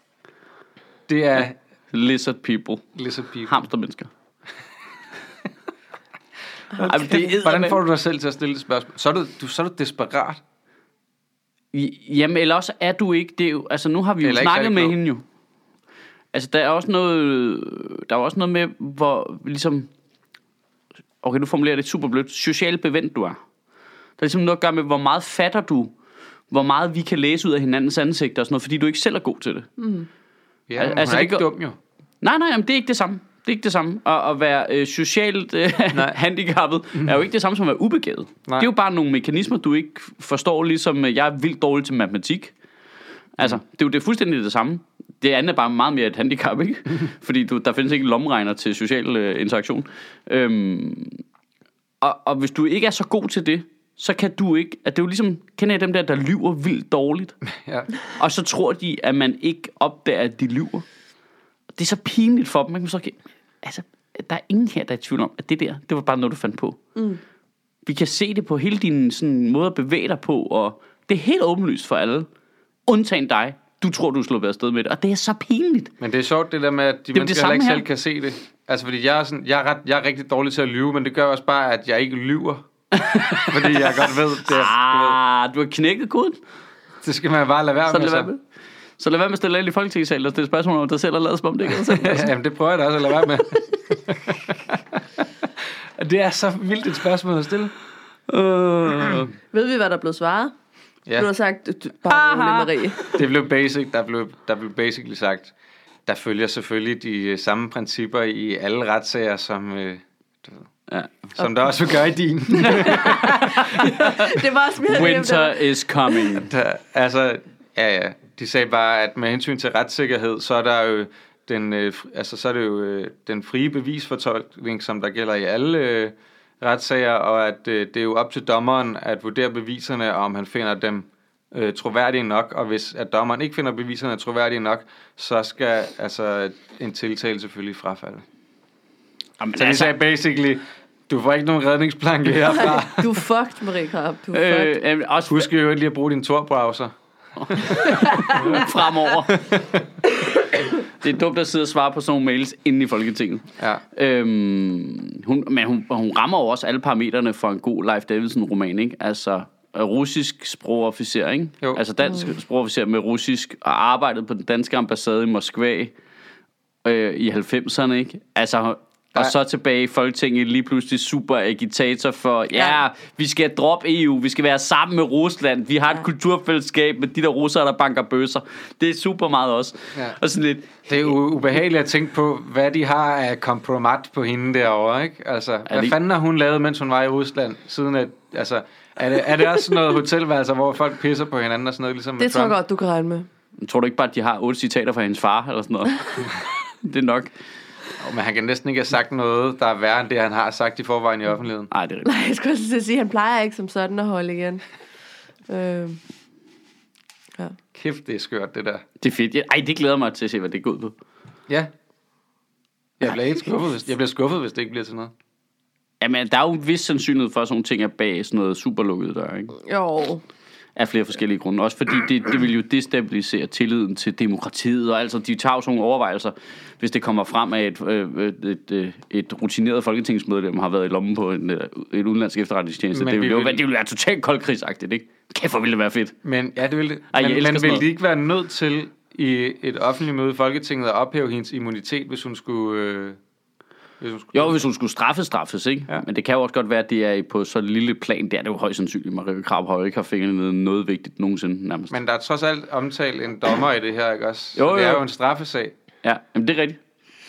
Det er... Lizard people. Lizard people. Hamstermennesker. Okay. Ej, det, hvordan får du dig selv til at stille det spørgsmål? Så er du, du, så er du desperat. Jamen, eller også er du ikke det. Jo, altså, nu har vi jo snakket med hende jo. Altså, der er også noget, der er også noget med, hvor ligesom, okay, nu formulerer det super blødt, socialt bevendt du er. Der er ligesom noget at gøre med, hvor meget fatter du, hvor meget vi kan læse ud af hinandens ansigter og sådan noget, fordi du ikke selv er god til det. Mm. Ja, men altså, er ikke dum jo. Nej, nej, jamen, det er ikke det samme. Det er ikke det samme. At, at være øh, socialt øh, handicappet mm. er jo ikke det samme som at være ubegavet. Nej. Det er jo bare nogle mekanismer, du ikke forstår, ligesom jeg er vildt dårlig til matematik. Altså, mm. det er jo det er fuldstændig det samme. Det andet er bare meget mere et handicap, ikke? Fordi du, der findes ikke lommeregner til social øh, interaktion. Øhm, og, og hvis du ikke er så god til det, så kan du ikke... At det er jo ligesom... Kender jeg dem der, der lyver vildt dårligt? Ja. Og så tror de, at man ikke opdager, at de lyver. Det er så pinligt for dem. Ikke? Så, altså, der er ingen her, der er i tvivl om, at det der, det var bare noget, du fandt på. Mm. Vi kan se det på hele din sådan, måde at bevæge dig på, og det er helt åbenlyst for alle. Undtagen dig. Du tror, du slår afsted med det, og det er så pinligt. Men det er sjovt det der med, at de mennesker heller ikke her. selv kan se det. Altså, fordi jeg er, sådan, jeg, er ret, jeg er rigtig dårlig til at lyve, men det gør også bare, at jeg ikke lyver. Fordi jeg godt ved, det er, ah, du, du har knækket koden. Det skal man bare lade være så med. Lad med. Så lad være med at stille ind i Folketingssalen og stille spørgsmål om dig selv og lade som om det ikke er selv. Jamen, det prøver jeg da også at lade være med. Det er så vildt et spørgsmål at stille. Uh. Ved vi, hvad der blev svaret? Ja. Du har sagt, du, bare rolig, Marie. Det blev basic, der blev, der blev basically sagt, der følger selvfølgelig de samme principper i alle retssager, som, øh, du ved, ja. som okay. der også vil gøre i din. Det var også mere Winter is coming. Der, altså, ja, ja. De sagde bare, at med hensyn til retssikkerhed, så er der jo den, øh, altså, så er det jo øh, den frie bevisfortolkning, som der gælder i alle øh, retssager, og at øh, det er jo op til dommeren at vurdere beviserne, om han finder dem øh, troværdige nok, og hvis at dommeren ikke finder beviserne troværdige nok, så skal altså en tiltale selvfølgelig frafalde. Jamen, så de altså... sagde basically, du får ikke nogen redningsplanke herfra. Du er fucked, Marie Krab. Du er fucked. Øh, øh, også... Husk jo lige at bruge din Tor-browser. Fremover. Det er dumt at sidde og svare på sådan nogle mails inde i Folketinget. Ja. Øhm, hun, men hun, hun rammer jo også alle parametrene for en god Leif Davidsen-roman, ikke? Altså russisk sprogofficer, ikke? Jo. Altså dansk mm. sprogofficer med russisk, og arbejdet på den danske ambassade i Moskva øh, i halvfemserne, ikke? Altså... Og så tilbage i Folketinget lige pludselig super agitator for, ja, ja, vi skal droppe E U, vi skal være sammen med Rusland, vi har et ja. kulturfællesskab med de der russere, der banker bøsser. Det er super meget også. Ja. Og sådan lidt, det er jo ubehageligt at tænke på, hvad de har af kompromat på hende derovre, ikke? Altså, hvad det... fanden har hun lavet, mens hun var i Rusland, siden at, altså, er det, er det også sådan noget hotelværelser, hvor folk pisser på hinanden og sådan noget, ligesom det tror jeg godt, du kan regne med. Tror du ikke bare, at de har otte citater fra hendes far, eller sådan noget? Det er nok... Men han kan næsten ikke have sagt noget, der er værre end det, han har sagt i forvejen i offentligheden. Nej, det er rigtigt. Nej, jeg skulle også sige, at han plejer ikke som sådan at holde igen. Øh, ja. Kæft, det er skørt, det der. Det er fedt. Ej, det glæder mig til at se, hvad det går ud på. Ja. Jeg bliver ikke skuffet, hvis, jeg bliver skuffet, hvis det ikke bliver til noget. Jamen, der er jo en vis sandsynlighed for, at sådan nogle ting er bag sådan noget super lukket dør, ikke? Jo. Af flere forskellige grunde. Også fordi det, det vil jo destabilisere tilliden til demokratiet, og altså, de tager jo sådan nogle overvejelser, hvis det kommer frem af et, et, et, et, et rutineret folketingsmedlem har været i lommen på en, et udenlandsk efterretningstjeneste. Det vil jo vil... være totalt koldkrigsagtigt, ikke? Kæft, hvor ville det være fedt. Men, ja, det ville det. Ej, men, men ville de ikke være nødt til i et offentligt møde i Folketinget at ophæve hendes immunitet, hvis hun skulle... Øh Hvis hun skulle... Jo, hvis hun skulle straffes, straffes, ikke? Ja. Men det kan jo også godt være, at det er på så lille plan. Det er det jo højst sandsynligt. Marie Krab har jo ikke haft fingrene nede noget vigtigt nogensinde nærmest. Men der er trods alt omtalt en dommer i det her, ikke også? Jo, jo. Det er jo en straffesag. Ja, men det er rigtigt.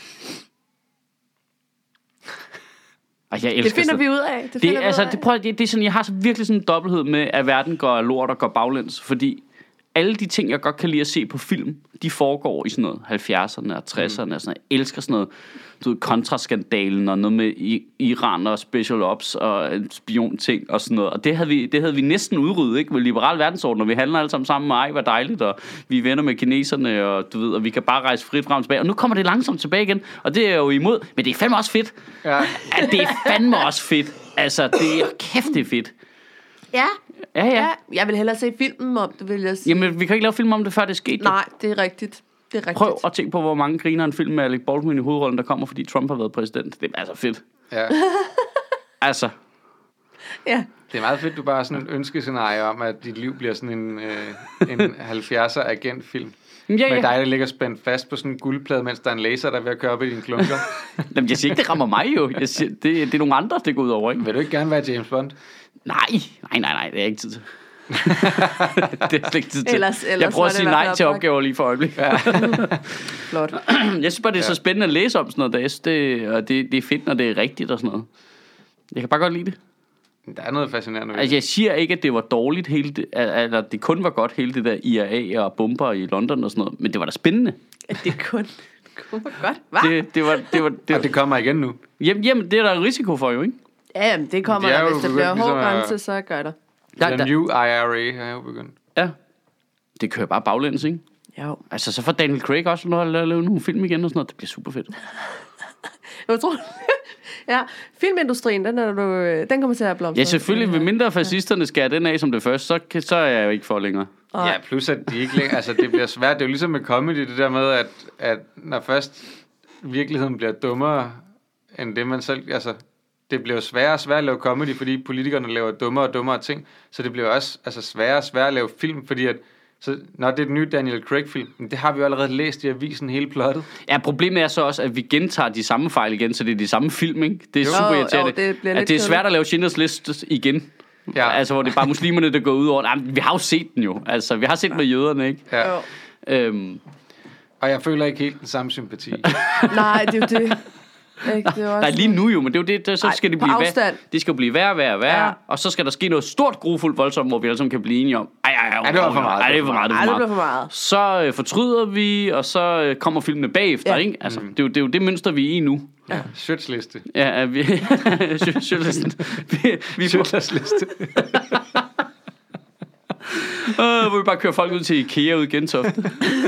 Ej, jeg elsker det finder vi ud af. Det, det, altså, det, prøver, det, det er sådan, jeg har så virkelig sådan en dobbelthed med, at verden går lort og går baglæns, fordi alle de ting, jeg godt kan lide at se på film, de foregår i sådan noget halvfjerdserne og tresserne mm. og sådan noget. Jeg elsker sådan noget, du ved, kontraskandalen og noget med Iran og special ops og spionting og sådan noget. Og det havde vi, det havde vi næsten udryddet, ikke? Med liberal verdensorden, og vi handler alle sammen sammen med, ej, hvor dejligt, og vi er venner med kineserne, og du ved, og vi kan bare rejse frit frem og tilbage. Og nu kommer det langsomt tilbage igen, og det er jo imod, men det er fandme også fedt. Ja. At det er fandme også fedt. Altså, det er kæft, det er fedt. Ja. Ja, ja. ja. Jeg vil hellere se filmen om det, vil jeg sige. Jamen, vi kan ikke lave film om det, før det er sket. Nej, det er rigtigt. Det er rigtigt. Prøv at tænke på, hvor mange griner en film med Alec Baldwin i hovedrollen, der kommer, fordi Trump har været præsident. Det er altså fedt. Ja. altså. Ja. Det er meget fedt, du bare har sådan en ønskescenarie om, at dit liv bliver sådan en, øh, en halvfjerdser agentfilm. Ja, ja. Med dig, der ligger spændt fast på sådan en guldplade, mens der er en laser, der er ved at køre op i dine klunker. Jamen, jeg siger ikke, det rammer mig jo. Jeg siger, det, det er nogle andre, det går ud over, ikke? Vil du ikke gerne være James Bond? Nej, nej, nej, nej, det er ikke tid til. det er ikke tid til. Ellers, ellers jeg prøver at sige nej til opgaver lige for øjeblik. Ja. Flot. Jeg synes bare, det er så spændende at læse om sådan noget, der. Jeg synes, det, og det, det er fedt, når det er rigtigt og sådan noget. Jeg kan bare godt lide det. Der er noget fascinerende ved altså, jeg siger ikke, at det var dårligt hele det, eller det kun var godt hele det der I R A og bomber i London og sådan noget, men det var da spændende. At det kun, kun var godt, hva? Det, det var, det var, det var, og det kommer igen nu. Jamen, jamen, det er der en risiko for jo, ikke? Ja, jamen, det kommer der, hvis det bliver hård ligesom grænse, så gør det. Den der, new I R A har jo begyndt. Ja, det kører bare baglæns, ikke? Jo. Altså, så får Daniel Craig også noget at lave nogle film igen og sådan noget. Det bliver super fedt. Jeg tror, Ja, filmindustrien, den, er du, den kommer til at blomstre. Ja, selvfølgelig. Ved mindre fascisterne skærer den af som det første, så, så er jeg jo ikke for længere. Ja, plus at de ikke længere... Altså, det bliver svært. Det er jo ligesom med comedy, det der med, at, at når først virkeligheden bliver dummere end det, man selv... Altså, det bliver sværere og sværere at lave comedy, fordi politikerne laver dummere og dummere ting. Så det bliver også altså, sværere og sværere at lave film, fordi at så når det er den nye Daniel Craig-film, det har vi jo allerede læst i avisen hele plottet. Ja, problemet er så også, at vi gentager de samme fejl igen, så det er de samme film, ikke? Det er jo, super irriterende. Jo, det at det er svært at lave Schindlers List igen. Ja. Altså, hvor det er bare muslimerne, der går ud over. Nej, vi har jo set den jo. Altså, vi har set den med jøderne, ikke? Ja. Øhm. Og jeg føler ikke helt den samme sympati. Nej, det er jo det. Ikke, det Nej, lige nu jo, men det er jo det, der, så skal det blive værre. Det skal jo blive værre, værre, værre, ja. Og så skal der ske noget stort, grufuldt, voldsomt, hvor vi alle sammen kan blive enige om, ej, ej, ej, ej, det var for meget. Ej, det er for meget, det er for meget. Ej, det for meget. Så øh, fortryder vi, og så øh, kommer filmene bagefter, ja. Ikke? Altså, mm. det, er jo, det er jo det mønster, vi er i nu. Ja, Schøtsliste. Ja, vi... Schøtslisten. Vi Schøtsliste. øh, hvor vi bare kører folk ud til IKEA ud i Gentofte.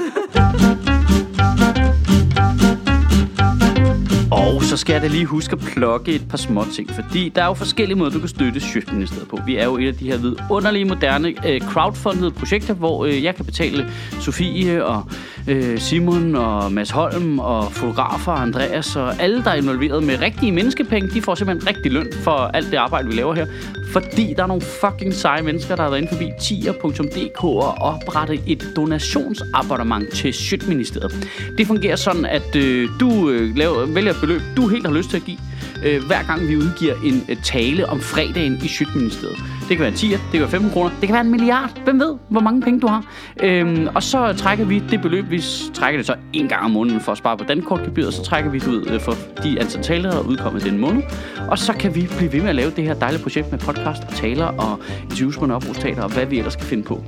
Og så skal jeg da lige huske at plukke et par små ting, fordi der er jo forskellige måder, du kan støtte Sjøtministeriet på. Vi er jo et af de her vidunderlige, moderne øh, crowdfundede projekter, hvor øh, jeg kan betale Sofie og øh, Simon og Mads Holm og fotografer og Andreas og alle, der er involveret med rigtige menneskepenge. De får simpelthen rigtig løn for alt det arbejde, vi laver her, fordi der er nogle fucking seje mennesker, der har været inde forbi tier punktum d k og oprette et donationsabonnement til Sjøtministeriet. Det fungerer sådan, at øh, du øh, laver, vælger et beløb, du helt har lyst til at give, øh, hver gang vi udgiver en øh, tale om fredagen i Sjøtministeriet. Det kan være en tier, det kan være femten kroner, det kan være en milliard. Hvem ved, hvor mange penge du har? Øhm, og så trækker vi det beløb, vi trækker det så en gang om måneden for at spare på dankortgebyret, og så trækker vi det ud for de antal taler, der er udkommet den måned. Og så kan vi blive ved med at lave det her dejlige projekt med podcast og taler og interviews med Nørrebros Teater og hvad vi ellers skal finde på.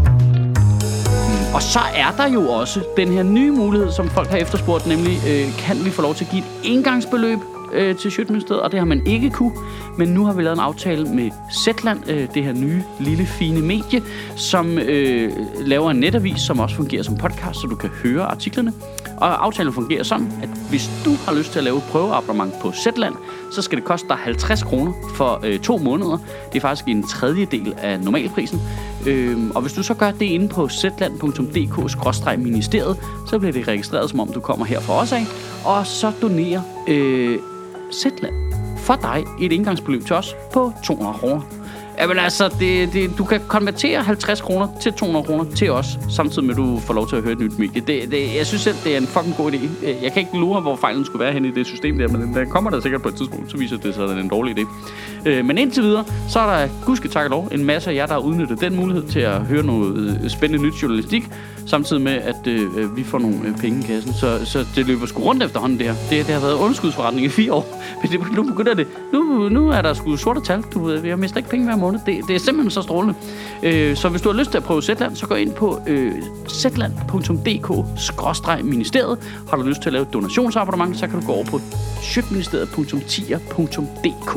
Og så er der jo også den her nye mulighed, som folk har efterspurgt, nemlig øh, kan vi få lov til at give et engangsbeløb øh, til Sjøtministeriet, og det har man ikke kunne. Men nu har vi lavet en aftale med Zetland, øh, det her nye, lille, fine medie, som øh, laver en netavis, som også fungerer som podcast, så du kan høre artiklerne. Og aftalen fungerer sådan, at hvis du har lyst til at lave et prøveabonnement på Zetland, så skal det koste dig halvtreds kroner for øh, to måneder. Det er faktisk en tredjedel af normalprisen. Øhm, og hvis du så gør det inde på zetland punktum d k skråstreg ministeriet, så bliver det registreret, som om du kommer her for os af. Og så donerer øh, Zetland for dig et indgangsbeløb til os på to hundrede kroner. Jamen altså, det, det, du kan konvertere halvtreds kroner til to hundrede kroner til os, samtidig med, at du får lov til at høre et nyt medie. Det, det, jeg synes selv, det er en fucking god idé. Jeg kan ikke lure, hvor fejlen skulle være henne i det system der, men den kommer der sikkert på et tidspunkt, så viser det sig, at det er en dårlig idé. Men indtil videre, så er der, gudske tak og lov, en masse af jer, der har udnyttet den mulighed til at høre noget spændende nyt journalistik, samtidig med, at øh, vi får nogle øh, penge i kassen. Så, så det løber sgu rundt efterhånden, det her. Det, det har været underskudsforretning i fire år. Men det, nu begynder det. Nu, nu er der sgu sorte tal. Du ved, vi har mistet ikke penge hver måned. Det, det er simpelthen så strålende. Øh, så hvis du har lyst til at prøve Zetland, så gå ind på øh, zetland punktum d k skråstreg ministeriet. Har du lyst til at lave et donationsabonnement, så kan du gå over på sjøtministeriet punktum tier punktum d k.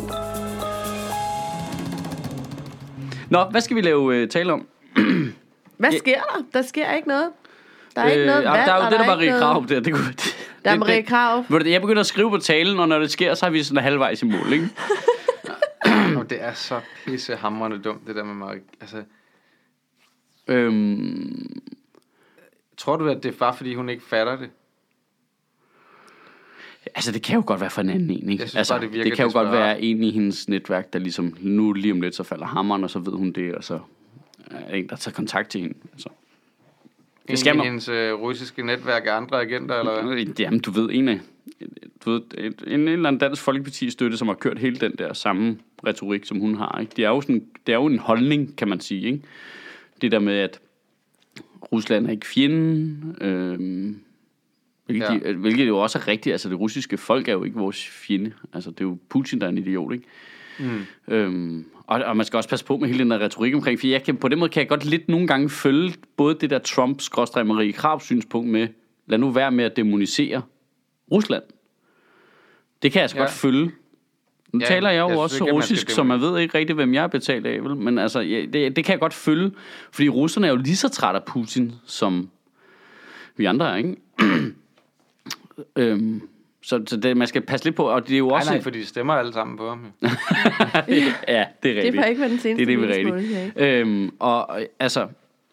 Nå, hvad skal vi lave øh, tale om? Hvad sker der? Der sker ikke noget. Der er øh, ikke noget valg, der er jo det, der er Marie Krarup der. Det kunne, det, der er Marie Krarup. Jeg begynder at skrive på talen, og når det sker, så har vi sådan halvvejs i mål, ikke? Det er så pissehamrende dumt, det der med Marie. Altså, øhm, tror du, at det er bare fordi, hun ikke fatter det? Altså, det kan jo godt være for en anden en, ikke? Synes, altså, bare, det, det kan jo godt være en i hendes netværk, der ligesom, nu lige om lidt, så falder hammeren, og så ved hun det, og så er en, der tager kontakt til hende. Altså. Det skal en i hendes øh, russiske netværk af andre agenter, eller hvad? Jamen, du ved, en af, du ved, en, en eller anden dansk folkeparti-støtte, som har kørt hele den der samme retorik, som hun har, ikke? Det er jo sådan, det er jo en holdning, kan man sige, ikke? Det der med, at Rusland er ikke fjenden, øh, Hvilket, ja. hvilket jo også er rigtigt. Altså, det russiske folk er jo ikke vores fjende. Altså, det er jo Putin, der er en idiot, ikke? Mm. Øhm, og, og man skal også passe på med hele den der retorik omkring, for jeg kan, på den måde kan jeg godt lidt nogle gange følge både det der Trump-Marie Krarup synspunkt med, lad nu være med at dæmonisere Rusland. Det kan jeg altså ja. godt følge. Nu ja, taler jeg jo jeg også ikke, russisk, så man ved ikke rigtig, hvem jeg er betalt af. Vel? Men altså, ja, det, det kan jeg godt følge, fordi russerne er jo lige så træt af Putin, som vi andre er, ikke? øhm, Så, så det, man skal passe lidt på, og det er jo også... Nej, nej, for de stemmer alle sammen på ham. ja, det er rigtigt. Det har ikke været den seneste. Det er det, vi rigtigt. Øhm, og altså...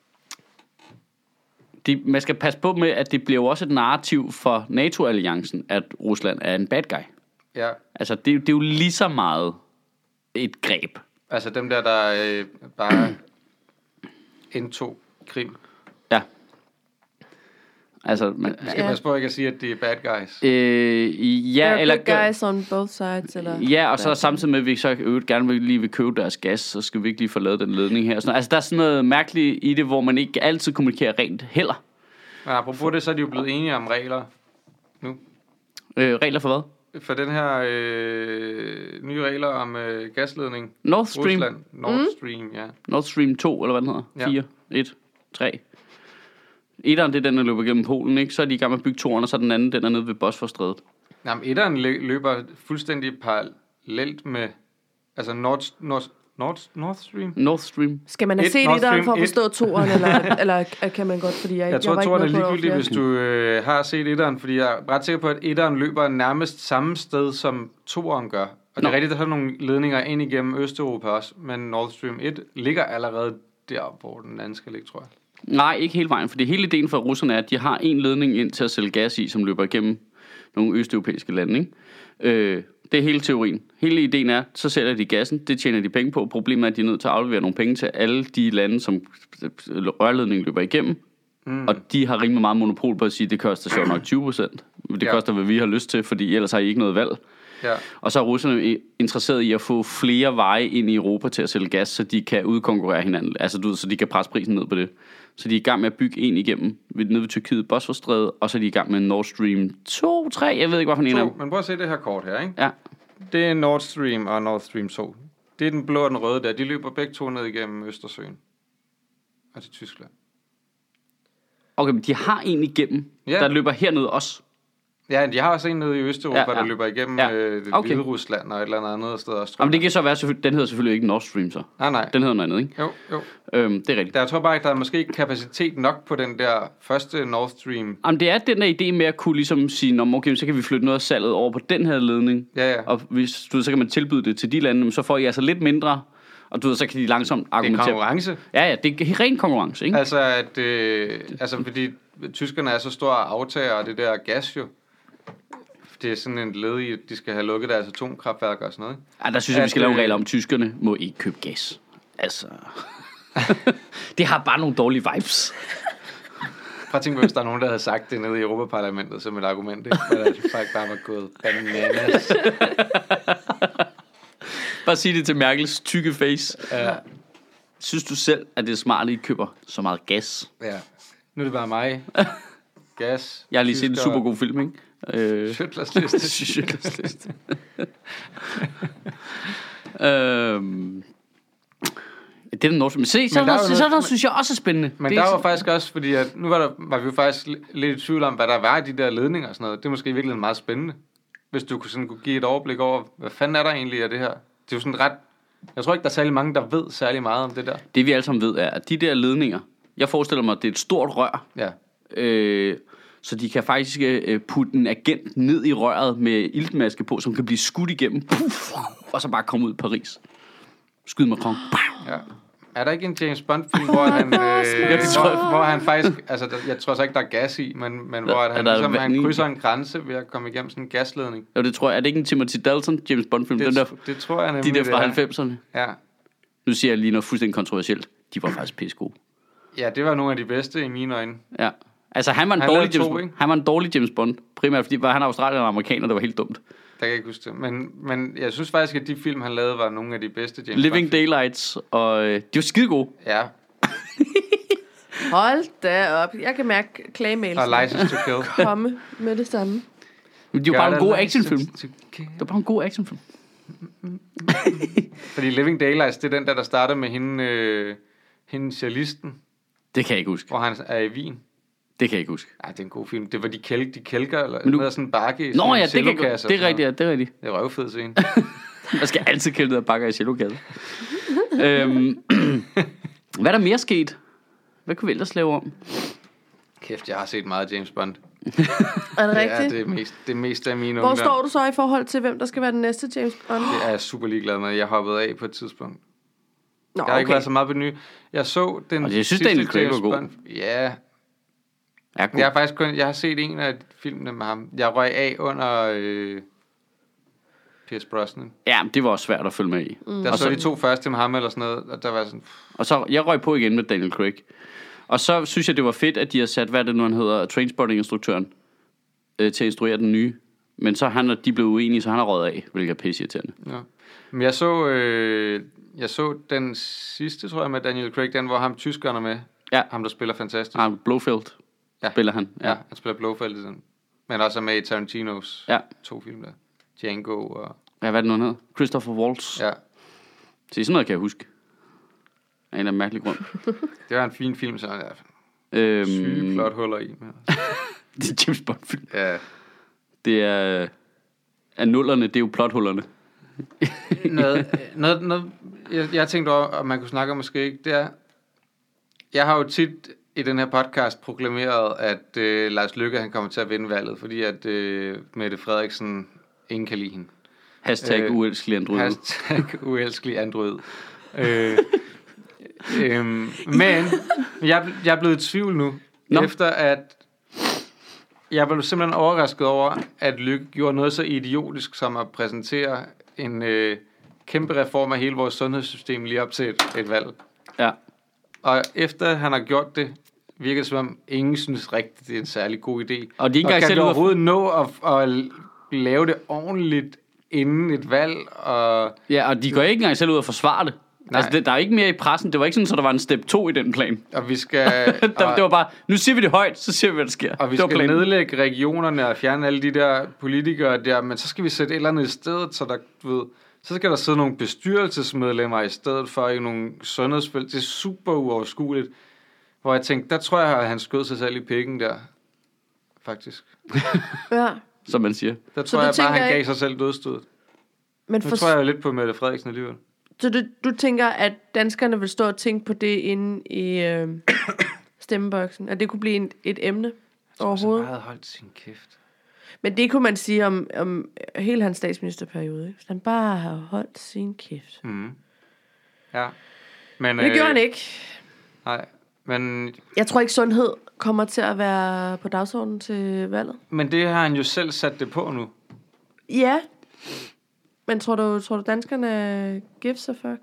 De, man skal passe på med, at det bliver jo også et narrativ for NATO-alliancen, at Rusland er en bad guy. Ja. Altså, det, det er jo lige så meget et greb. Altså dem der, der øh, bare indtog Krim. Ja. Altså, man skal ja. passe på ikke at sige, at de er bad guys. Øh, ja, They're eller... good guys on both sides, eller... Ja, og så samtidig med, at vi så øvrigt gerne vil lige vil købe deres gas, så skal vi ikke lige få lavet den ledning her. Altså, der er sådan noget mærkeligt i det, hvor man ikke altid kommunikerer rent heller. Men apropos det, så er de jo blevet enige om regler nu. Øh, regler for hvad? For den her øh, nye regler om øh, gasledning. Nord Stream. Rusland. Nord Stream, ja. Nord Stream to, eller hvad den hedder? Ja. fire, et, tre. Etteren, det er den, der løber gennem Polen, ikke? Så er de i gang med at bygge toeren, og så er den anden, den er nede ved Bosforstrædet. Jamen, etteren løber fuldstændig parallelt med... Altså Nord, Nord, Nord, Nord Stream? Nord Stream. Skal man have Et, set Nord etteren Stream for at forstå toeren, eller, eller kan man godt, fordi jeg, jeg tror, jeg toeren er ikke ligegyldigt, hvis du øh, har set etteren, fordi jeg er ret sikker på, at etteren løber nærmest samme sted, som toeren gør. Og Nå. det er rigtigt, der har nogle ledninger ind igennem Østeuropa også, men Nord Stream et ligger allerede der, hvor den anden skal ligge, tror jeg. Nej, ikke hele vejen, for det hele ideen for russerne er, at de har en ledning ind til at sælge gas i, som løber igennem nogle østeuropæiske lande, ikke? Øh, det er hele teorien. Hele ideen er, så sælger de gassen, det tjener de penge på. Problemet er, at de er nødt til at aflevere nogle penge til alle de lande, som rørledningen løber igennem. Mm. Og de har rimelig meget monopol på at sige, at det koster sjovt nok tyve procent. Det ja. koster, hvad vi har lyst til, fordi ellers har I ikke noget valg. Ja. Og så er russerne interesseret i at få flere veje ind i Europa til at sælge gas, så de kan udkonkurrere hinanden. Altså, du ved, så de kan presse prisen ned på det. Så de er i gang med at bygge en igennem ved, nede ved Tyrkiet, Bosforstrædet, og så er de i gang med Nord Stream to, tre, jeg ved ikke, hvad for en af dem. Men prøv at se det her kort her, ikke? Ja. Det er Nord Stream og Nord Stream to. Det er den blå og den røde der. De løber begge to ned igennem Østersøen. Og til Tyskland. Okay, men de har en igennem, ja. der løber hernede også. Ja, de har også en nede i Østeuropa, ja, ja. der løber igennem ja. øh, okay. Hvide Rusland og et eller andet sted også. Jamen det kan så være, den hedder selvfølgelig ikke Nord Stream så. Nej, nej. Den hedder noget andet, ikke? Jo, jo. Øhm, det er rigtigt. Der, jeg tror bare ikke, der er måske ikke kapacitet nok på den der første Nord Stream. Jamen det er den der idé med at kunne ligesom sige, okay, så kan vi flytte noget af salget over på den her ledning. Ja, ja. Og hvis du ved, så kan man tilbyde det til de lande, så får I altså lidt mindre. Og du ved, så kan de langsomt argumentere. Det er konkurrence. Ja, ja, det er ren konkurrence, ikke? Altså, at, øh, altså fordi tyskerne er så store aftager af det der gas jo. Det er sådan en led i, at de skal have lukket deres atomkraftværker og sådan noget. Ja, der synes jeg, vi skal lave regler om, tyskerne må ikke købe gas. Altså... det har bare nogle dårlige vibes. Prøv at tænke på, hvis der er nogen, der havde sagt det nede i Europaparlamentet som et argument, ikke? Men at faktisk bare var gået bananas. Bare sig det til Merkels tykke face. Ja. Synes du selv, at det er smart, at I køber så meget gas? Ja. Nu er det bare mig. Gas. Jeg har lige set en super god film, ikke? Øh... Schøtlers liste. Schøtlers liste. øhm... Det er den norske. Men se, så, noget, så, så noget, synes jeg også er spændende. Men det der er var faktisk også, fordi at nu var, der, var vi jo faktisk lidt i tvivl om, hvad der var i de der ledninger og sådan noget. Det er måske virkelig meget spændende. Hvis du sådan kunne give et overblik over, hvad fanden er der egentlig af det her? Det er jo sådan ret... Jeg tror ikke, der er særlig mange, der ved særlig meget om det der. Det vi alle sammen ved er, at de der ledninger, jeg forestiller mig, at det er et stort rør. Ja. Øh, så de kan faktisk øh, putte en agent ned i røret med iltmaske på, som kan blive skudt igennem. Puff, og så bare komme ud i Paris. Skyde Macron. Ja. Er der ikke en James Bond-film, hvor han, øh, hvor, hvor han faktisk, altså der, jeg tror så ikke, der er gas i, men, men hvor han, ligesom, han krydser en grænse ved at komme igennem sådan en gasledning. Jo, det tror jeg. Er det ikke en Timothy Dalton James Bond-film? Det, Den der, det tror jeg nemlig, de der fra halvfemserne. Ja. Nu siger jeg lige noget fuldstændig kontroversielt. De var faktisk pisse gode. Ja, det var nogle af de bedste i mine øjne. Ja. Altså, han var en, han dårlig, James, to, han var en dårlig James Bond. Primært fordi han er australier og amerikaner, det var helt dumt. Der kan jeg ikke huske det. Men, men jeg synes faktisk, at de film, han lavede, var nogle af de bedste James Living Daylights, og øh, de var skide gode. Ja. Hold da op. Jeg kan mærke Claymail. Og License to Kill. Komme med det samme. Men de var bare en god actionfilm. Det var bare en god actionfilm. Fordi Living Daylights, det er den der, der starter med hende, øh, hende cellisten. Det kan jeg ikke huske. Hvor han er i Wien. Det kan jeg ikke huske. Ja, det er en god film. Det var de, kælk, de kælker, eller du... med sådan en bakke i Nå sådan ja, en det, kan... det er rigtigt, ja, det er rigtigt. Det er røvfed scene. Der skal altid kælke ned af bakker i cellokasse. øhm, hvad er der mere sket? Hvad kunne vi ellers lave om? Kæft, jeg har set meget James Bond. Er det rigtigt? Det er det mest, det meste af mine Hvor ungdom. står du så i forhold til, hvem der skal være den næste James Bond? Det er jeg super ligeglad med. Jeg hoppede af på et tidspunkt. Nå, jeg har okay. ikke været så meget på ny. Jeg så den og jeg synes, sidste Daniel Craig James var god. Bond. Ja. Er god. Jeg har faktisk kun, jeg har set en af filmene med ham. Jeg røg af under øh, Pierce Brosnan. Ja, det var også svært at følge med i. Mm. Der og så så de to første med ham eller sådan noget, og der var sådan... Og så, jeg røg på igen med Daniel Craig. Og så synes jeg, det var fedt, at de har sat, hvad er det nu, han hedder, Trainspotting-instruktøren, øh, til at instruere den nye. Men så han, de blev uenige, så han har røget af, hvilket er pisseirriterende. Ja. Men jeg så, øh, jeg så den sidste, tror jeg, med Daniel Craig, den hvor ham tyskerne med. Ja. Ham, der spiller fantastisk. Ah, Blofeld ja. spiller han. Ja. ja, han spiller Blofeld i den. Men også med i Tarantinos ja. to film der. Django og... Ja, hvad er det nu, han hedder? Christopher Waltz. Ja. Så sådan noget kan jeg huske. Af en eller anden mærkelig grund. Det var en fin film, så der øhm, syge plothuller i. Det er James Bond-film. Ja. Det er... Af nullerne, det er jo plothullerne. noget, noget, noget, jeg, jeg tænkte over, om man kunne snakke om måske ikke, det er... Jeg har jo tit i den her podcast proklameret, at øh, Lars Løkke han kommer til at vinde valget, fordi at øh, Mette Frederiksen ingen kan lide hende. Hashtag øh, uelskelig android. Hashtag uelskelig android. øh, øh, men jeg, jeg er blevet i tvivl nu, Nå. efter at jeg blev simpelthen overrasket over, at Løkke gjorde noget så idiotisk som at præsentere en øh, kæmpe reform af hele vores sundhedssystem lige op til et, et valg. Ja. Og efter han har gjort det, virker det som om ingen synes rigtigt, det er en særlig god idé. Og, de ikke og kan selv du overhovedet nå at, at lave det ordentligt inden et valg? Og ja, og de går ikke engang selv ud og forsvare det. Nej. Altså, det, der er ikke mere i pressen. Det var ikke sådan, så der var en step to i den plan. Og vi skal... der, og, det var bare, nu siger vi det højt, så ser vi, hvad der sker. Og vi det skal planen. nedlægge regionerne og fjerne alle de der politikere der, men så skal vi sætte et eller andet i stedet, så der, du ved... Så skal der sidde nogle bestyrelsesmedlemmer i stedet for i nogle sundhedsfelt. Det er super uoverskueligt. Hvor jeg tænkte, der tror jeg, at han skød sig selv i pikken der. Faktisk. Ja. Som man siger. Der tror jeg bare, han gav ikke... sig selv dødstødet. Men for... Nu tror jeg jo lidt på Mette Frederiksen alligevel. Så du, du tænker, at danskerne vil stå og tænke på det inde i øh, stemmeboksen? At det kunne blive en, et emne overhovedet? Jeg tror, så holdt sin kæft. Men det kunne man sige om, om hele hans statsministerperiode, ikke? Hvis han bare har holdt sin kæft. Mm. Ja. Men, det øh, gjorde han ikke. Nej, men... Jeg tror ikke, sundhed kommer til at være på dagsordenen til valget. Men det har han jo selv sat det på nu. Ja. Men tror du, tror du danskerne gives a fuck?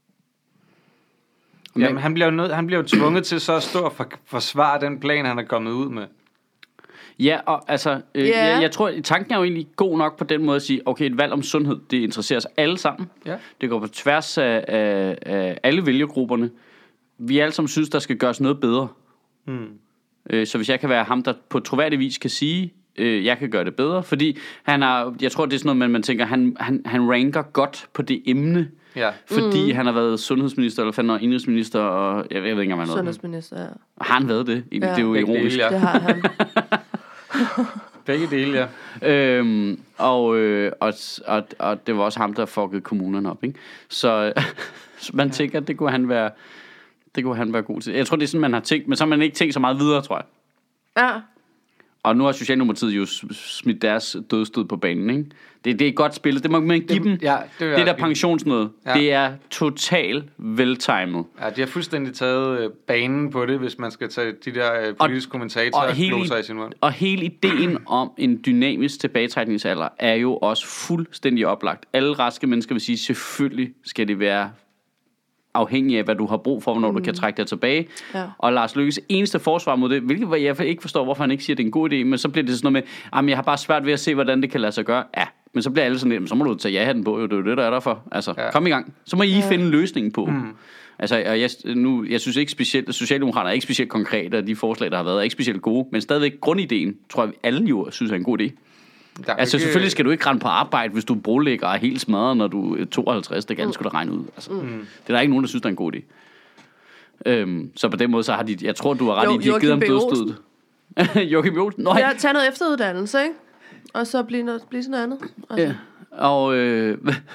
Jamen, han bliver jo nød, han bliver jo tvunget til så at stå og for, forsvare den plan, han er kommet ud med. Ja, og altså, øh, yeah. jeg, jeg tror, tanken er jo egentlig god nok på den måde at sige, okay, et valg om sundhed, det interesserer os alle sammen. Yeah. Det går på tværs af, af, af alle vælgergrupperne. Vi alle sammen synes, der skal gøres noget bedre. Hmm. Øh, så hvis jeg kan være ham, der på troværdig vis kan sige, øh, jeg kan gøre det bedre, fordi han har, jeg tror, det er sådan noget, man, man tænker, han, han, han ranker godt på det emne, ja. Fordi mm. han har været sundhedsminister, eller fandme indrigsminister, og jeg, jeg ved ikke engang, hvad han sundhedsminister, ja. Og har han været det? Ja. Det er jo Begge ironisk. Dele, ja. Det har han. Begge dele, ja. Øhm, og, øh, og, og, og det var også ham, der fuckede kommunerne op, ikke? Så, så man ja. tænker, at det kunne han være, det kunne han være god til. Jeg tror, det er sådan, man har tænkt, men så har man ikke tænkt så meget videre, tror jeg. Ja. Og nu har Socialdemokratiet jo smidt deres dødstød på banen, ikke? Det, det er godt spillet. Det må man give dem. Ja, det, det der pensionsnød, ja. Det er totalt veltimet. Ja, de har fuldstændig taget banen på det, hvis man skal tage de der politiske kommentatorer og, og glå sig i sin mund. Og hele ideen om en dynamisk tilbagetrækningsalder er jo også fuldstændig oplagt. Alle raske mennesker vil sige, selvfølgelig skal det være afhængig af, hvad du har brug for, når mm. du kan trække dig tilbage. Ja. Og Lars Løkkes eneste forsvar mod det, hvilket jeg ikke forstår, hvorfor han ikke siger, at det er en god idé, men så bliver det sådan noget med, at jeg har bare svært ved at se, hvordan det kan lade sig gøre. Ja, men så bliver alle sådan lidt, så må du tage ja-hatten på, jo, det er jo det, der er der for. Altså, ja. Kom i gang. Så må I ja. finde løsningen på. Mm. Altså, jeg, nu, jeg synes ikke specielt, Socialdemokraterne er ikke specielt konkrete, og de forslag, der har været, er ikke specielt gode, men stadigvæk grundideen, tror jeg, alle jo synes er en god idé. Der altså ikke... selvfølgelig skal du ikke rende på arbejde, hvis du brolægger og er helt smadret, når du er tooghalvtreds. Det kan mm. sgu da regne ud. Altså, mm. Det er der ikke nogen, der synes, det er en god idé. Øhm, så på den måde, så har de... Jeg tror, du har ret jo, i, de har givet ham dødstødet. Joachim B. Olsen. Nå, ja, tag noget efteruddannelse, ikke? Og så blive, noget, blive sådan noget andet. Altså. Ja. Og, øh,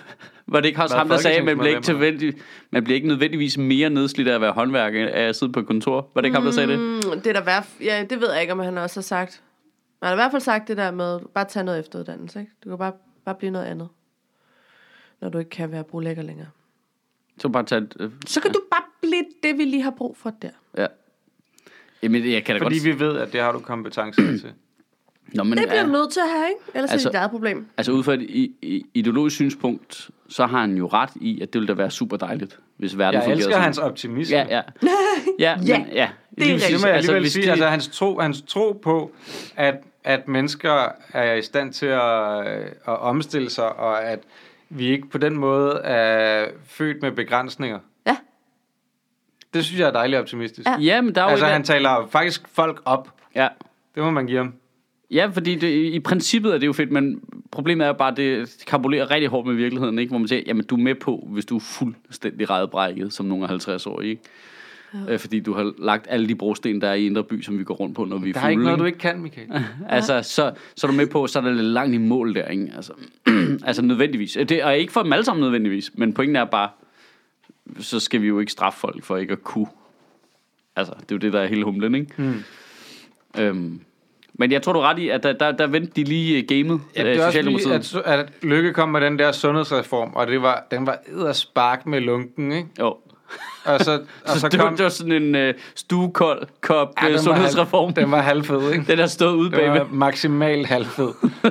Var det ikke også ham, der sagde, at man bliver, ikke tilvendig, man bliver ikke nødvendigvis mere nedslidt af at være håndværker, af at sidde på et kontor? Var det ikke ham, der sagde det? Mm, det er der hvert, ja, det ved jeg ikke, om han også har sagt. Man har i hvert fald sagt det der med, bare tage noget efteruddannelse, ikke? Du kan bare, bare blive noget andet, når du ikke kan være brolægger længere. Så bare tage et, øh, Så kan ja. du bare blive det, vi lige har brug for der. Ja. Jamen, jeg kan da Fordi godt... vi ved, at det har du kompetencer til. Nå, men, det bliver ja. du nødt til at have, ikke? Ellers altså, er det et eget problem. Altså ud fra et i, i, ideologisk synspunkt, så har han jo ret i, at det ville da være super dejligt, hvis verden fungerede. Jeg elsker sådan. Hans optimisme. Ja, ja. ja, men, ja, ja. Det er rigtigt. Det må jeg alligevel altså, sige, de... altså hans tro, hans tro på, at, at mennesker er i stand til at, at omstille sig, og at vi ikke på den måde er født med begrænsninger. Ja. Det synes jeg er dejligt optimistisk. Ja, ja men der er jo altså ikke... han taler faktisk folk op. Ja. Det må man give ham. Ja, fordi det, i princippet er det jo fedt, men problemet er jo bare, at det karbolerer rigtig hårdt med virkeligheden, ikke? Hvor man siger, jamen du er med på, hvis du er fuldstændig rædebrækket som nogle af halvtreds-årige, ikke? Ja. Øh, fordi du har lagt alle de brosten, der er i Indre By, som vi går rundt på, når vi er fulde. Der er ikke noget, du ikke kan, Michael. altså, så, så er du med på, så er der lidt langt i mål der, ikke? Altså, altså nødvendigvis. Det er ikke for dem alle sammen nødvendigvis, men pointen er bare, så skal vi jo ikke straffe folk for ikke at kunne. Altså, det er jo det, der er hele humlen, ikke? Mm. Øhm, men jeg tror, du er ret i, at der, der, der vendte de lige gamet. Ja, det er også lige, at, at Løkke kom med den der sundhedsreform, og det var, den var edderspark med lunken, ikke? Jo. Og så, og så, så det, kom, var, det var sådan en uh, stuekold kop ja, uh, sundhedsreform. Den var halvfed, ikke? Den der stod ude bagved. Den var maksimalt halvfed.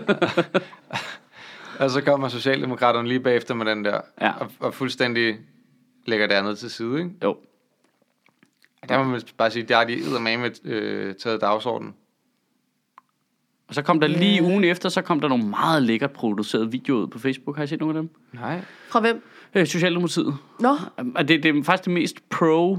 Og så kommer Socialdemokraterne lige bagefter med den der, ja. og, og fuldstændig lægger det andet til side, ikke? Jo. Der må man bare sige, der er de eddermame øh, taget dagsordenen. Og så kom der lige ugen efter, så kom der nogle meget lækkert producerede videoer ud på Facebook. Har I set nogle af dem? Nej. Fra hvem? Øh, Socialdemokratiet. Nå. Det, det er faktisk det mest pro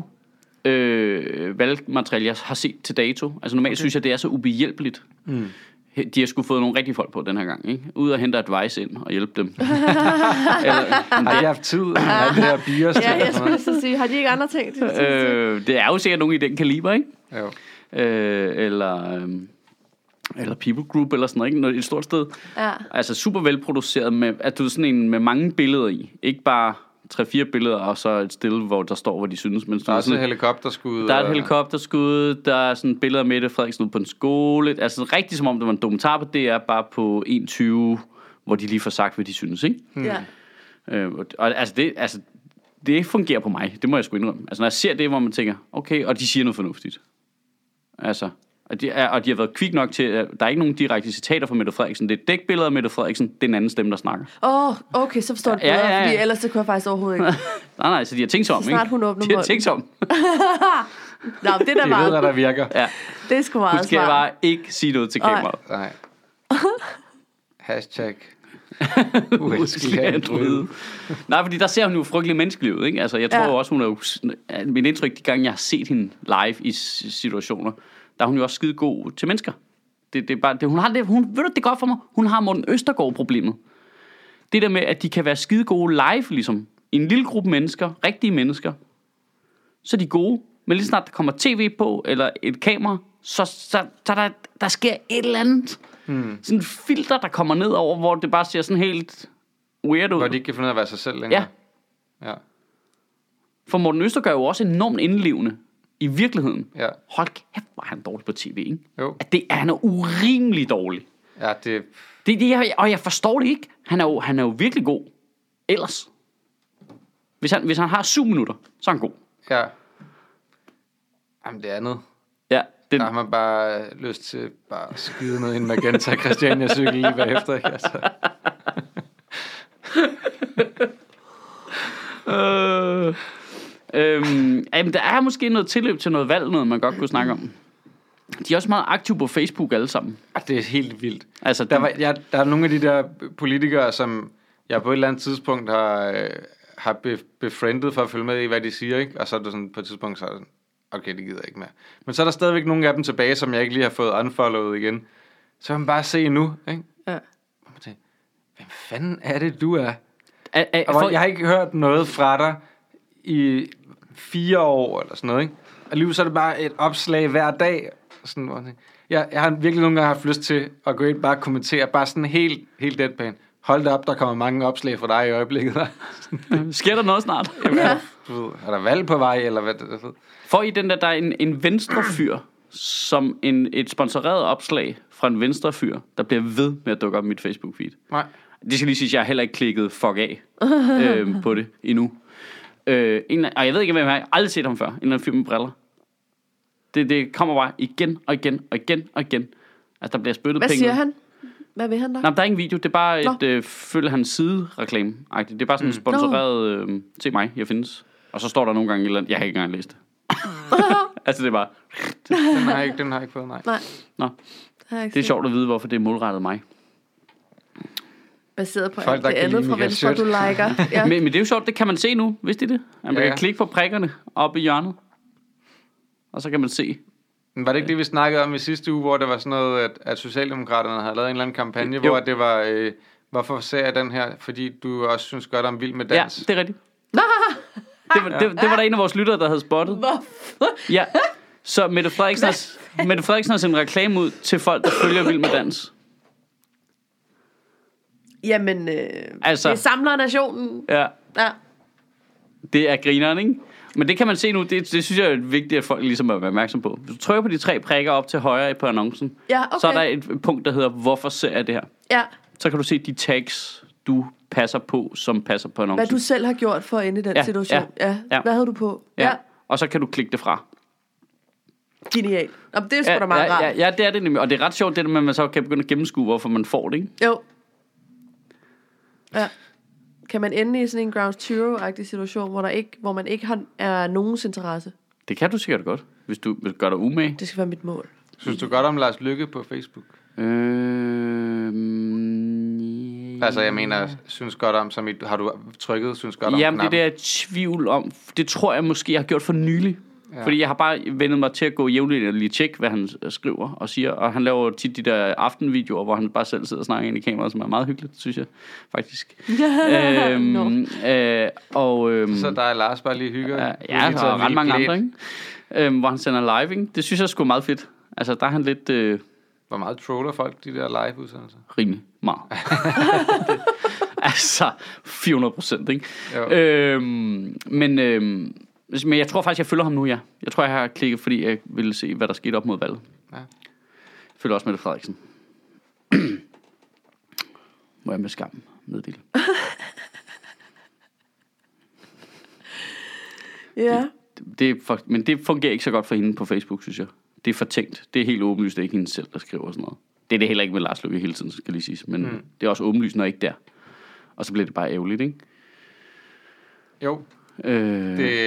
øh, valgmateriale, jeg har set til dato. Altså normalt okay. synes jeg, det er så ubehjælpeligt. Mm. De har sgu fået nogle rigtige folk på den her gang, ikke? Ude og hente advice ind og hjælpe dem. Eller, har de haft tid? Har det her bios? Ja, jeg skulle så sige, har de ikke andre ting? Til øh, det er jo sikkert nogen i den kaliber, ikke? Jo. Øh, eller... Øh, eller People Group eller sådan noget, ikke? Noget, et stort sted. Ja. Altså super velproduceret med, at du er sådan en med mange billeder i. Ikke bare tre-fire billeder, og så et stille, hvor der står, hvad de synes. Men der er også sådan, et helikopterskud. Der er et helikopterskud, der er sådan billeder af Mette Frederiksen ude på en skole. Altså rigtig som om, det var en dokumentar på D R, bare på en tyve, hvor de lige får sagt, hvad de synes, ikke? Hmm. Ja. Øh, og altså det, altså det fungerer på mig, det må jeg sgu indrømme. Altså når jeg ser det, hvor man tænker, okay, og de siger noget fornuftigt. Altså... Og de, er, og de har været kvik nok til, at der er ikke nogen direkte citater fra Mette Frederiksen. Det er dækbilleder af Mette Frederiksen, det er en anden stemme, der snakker. Åh, oh, okay, så forstår du det ja, bedre, ja, ja. fordi ellers det kunne jeg faktisk overhovedet ikke. nej, nej, så de har tænkt sig om, så snart ikke? Hun åbner de har tænkt sig om. Nå, det der de meget... ved, hvad der virker. Ja. Det er sgu meget smart. Hun skal smart. Bare ikke sige noget til kameraet. Nej. Hashtag uelskelig android. Nej, fordi der ser hun jo frygtelig menneskelig ud, ikke? Altså, jeg tror ja. også, hun er jo... Min indtryk, de gange jeg har set hende live i situationer, der er hun jo også skide god til mennesker. Det, det er bare, det, hun har det, hun, ved du, det er godt for mig. Hun har Morten Østergaard-problemet. Det der med, at de kan være skide gode live, ligesom. I en lille gruppe mennesker, rigtige mennesker, så er de gode. Men lige snart der kommer tv på, eller et kamera, så, så, så der, der sker et eller andet. Hmm. Sådan en filter, der kommer ned over, hvor det bare ser sådan helt weird ud. Hvor de ikke kan finde ud af at være sig selv længere. Ja. Ja. For Morten Østergaard er jo også enormt indlevende. I virkeligheden. Ja. Hold kæft, hvor er han dårlig på tv, ikke? Jo. At det er han er urimelig dårlig. Ja, det... det, det jeg, og jeg forstår det ikke. Han er jo, han er jo virkelig god. Ellers. Hvis han, hvis han har syv minutter, så er han god. Ja. Jamen, det andet. Ja. Den... Der har man bare lyst til bare at skyde ned i en Magenta Christiania cykel lige bagefter, ikke? Altså. øh... Øhm, jamen, der er måske noget tilløb til noget valg, noget man godt kunne snakke om. De er også meget aktive på Facebook alle sammen. Det er helt vildt. Altså, der, var, ja, der er nogle af de der politikere, som jeg på et eller andet tidspunkt har, har be, befriendet for at følge med i, hvad de siger, ikke? Og så er det sådan, på et tidspunkt, så er det sådan, okay, det gider jeg ikke mere. Men så er der stadigvæk nogle af dem tilbage, som jeg ikke lige har fået unfollowet igen. Så kan man bare se nu, ikke? Ja. Hvem fanden er det, du er? A, a, for... Jeg har ikke hørt noget fra dig i fire år, eller sådan noget, ikke? Og lige så er det bare et opslag hver dag. Sådan, jeg, jeg har virkelig nogle gange haft lyst til at gå ind og bare kommentere, bare sådan helt, helt deadpan. hold da op, der kommer mange opslag fra dig i øjeblikket. Sker der noget snart? Jamen, ja. Du ved, er der valg på vej, eller hvad? For i den der, der er en, en venstrefyr, som en, et sponsoreret opslag fra en venstrefyr, der bliver ved med at dukke op i mit Facebook-feed. Nej. Det skal lige sige, at jeg har heller ikke klikket fuck af øh, på det endnu. Øh, en, og jeg ved ikke, hvem jeg har. Jeg har aldrig set ham før. En eller anden fyr med briller. Det, det kommer bare igen og igen og igen og igen. Altså, der bliver spyttet Hvad penge. Hvad siger han? Hvad vil han da? Nej, der er ingen video. Det er bare et øh, følge hans side-reklame-agtigt. Det er bare sådan en mm. sponsoreret, øh, se mig, jeg findes. Og så står der nogle gange et eller andet. Jeg har ikke engang læst det. Altså, det er bare... Den har jeg ikke, den har jeg ikke fået, nej. Nej. Nå. Det, det er sjovt at vide, hvorfor det er målrettet mig. Baseret på folk, alt det andet fra venstre, du liker. Ja. men, men det er jo sjovt, det kan man se nu, vidste I det? Man ja, ja. kan klikke på prikkerne oppe i hjørnet. Og så kan man se. Men var det ikke det, vi snakkede om i sidste uge, hvor det var sådan noget, at, at Socialdemokraterne havde lavet en eller anden kampagne, jo. hvor det var, øh, hvorfor ser jeg den her? Fordi du også synes godt om Vild med Dans. Ja, det er rigtigt. det, var, det, det var der en af vores lyttere, der havde spottet. Hvorfor? Ja, så Mette Frederiksen, Mette Frederiksen har sendt en reklame ud til folk, der følger Vild med Dans. Jamen, øh, altså, det samler nationen. Ja. Ja. Det er grineren, ikke? Men det kan man se nu, det, det synes jeg er vigtigt, at folk ligesom er opmærksom på. Hvis du trykker på de tre prikker op til højre på annoncen, ja, okay. så er der et punkt, der hedder, hvorfor ser jeg det her? Ja. Så kan du se de tags, du passer på, som passer på annoncen. Hvad du selv har gjort for at ende i den ja, situation. Ja, ja. ja. Hvad havde du på? Ja. ja. Og så kan du klikke det fra. Genialt. Og det er sgu ja, da meget ja, rart. Ja, ja, det er det nemlig. Og det er ret sjovt, det der med, at man så kan begynde at gennemskue, hvorfor man får det, ikke? Jo. Ja. Kan man ende i sådan en ground zero-agtig situation, hvor, der ikke, hvor man ikke har er nogens interesse? Det kan du sikkert godt, hvis du gør dig umage. Det skal være mit mål. Synes du godt om Lars Løkke på Facebook? Øhm, altså, jeg mener, synes godt om, som i, har du trykket, synes godt om jamen, det der er tvivl om. Det tror jeg måske, jeg har gjort for nylig. Ja. Fordi jeg har bare vendet mig til at gå jævnligt og lige tjekke, hvad han skriver og siger. Og han laver tit de der aftenvideoer, hvor han bare selv sidder og snakker ind i kameraet, som er meget hyggeligt, synes jeg, faktisk. øhm, no. øh, og, øhm, så der er Lars bare lige hygger. Ja, ja der er ret mange andre, ikke? Øhm, hvor han sender live, ikke? Det synes jeg sgu er meget fedt. Altså, der er han lidt... Øh, hvor meget troller folk, de der live-udsendelser? Rimelig meget. altså, fire hundrede procent, ikke? Øhm, men... Øhm, Men jeg tror faktisk, jeg følger ham nu, ja. Jeg tror, jeg har klikket, fordi jeg ville se, hvad der skete op mod valget. Ja. Jeg følger også Mette Frederiksen. Må jeg med skam meddele. Ja. Det, det er for, men det fungerer ikke så godt for hende på Facebook, synes jeg. Det er for tænkt. Det er helt åbenlyst, det er ikke hende selv, der skriver sådan noget. Det er det heller ikke med Lars Løkke hele tiden, skal lige sige. Men mm. det er også åbenlyst, når ikke der. Og så bliver det bare ærgerligt, ikke? Jo. Øh. Det,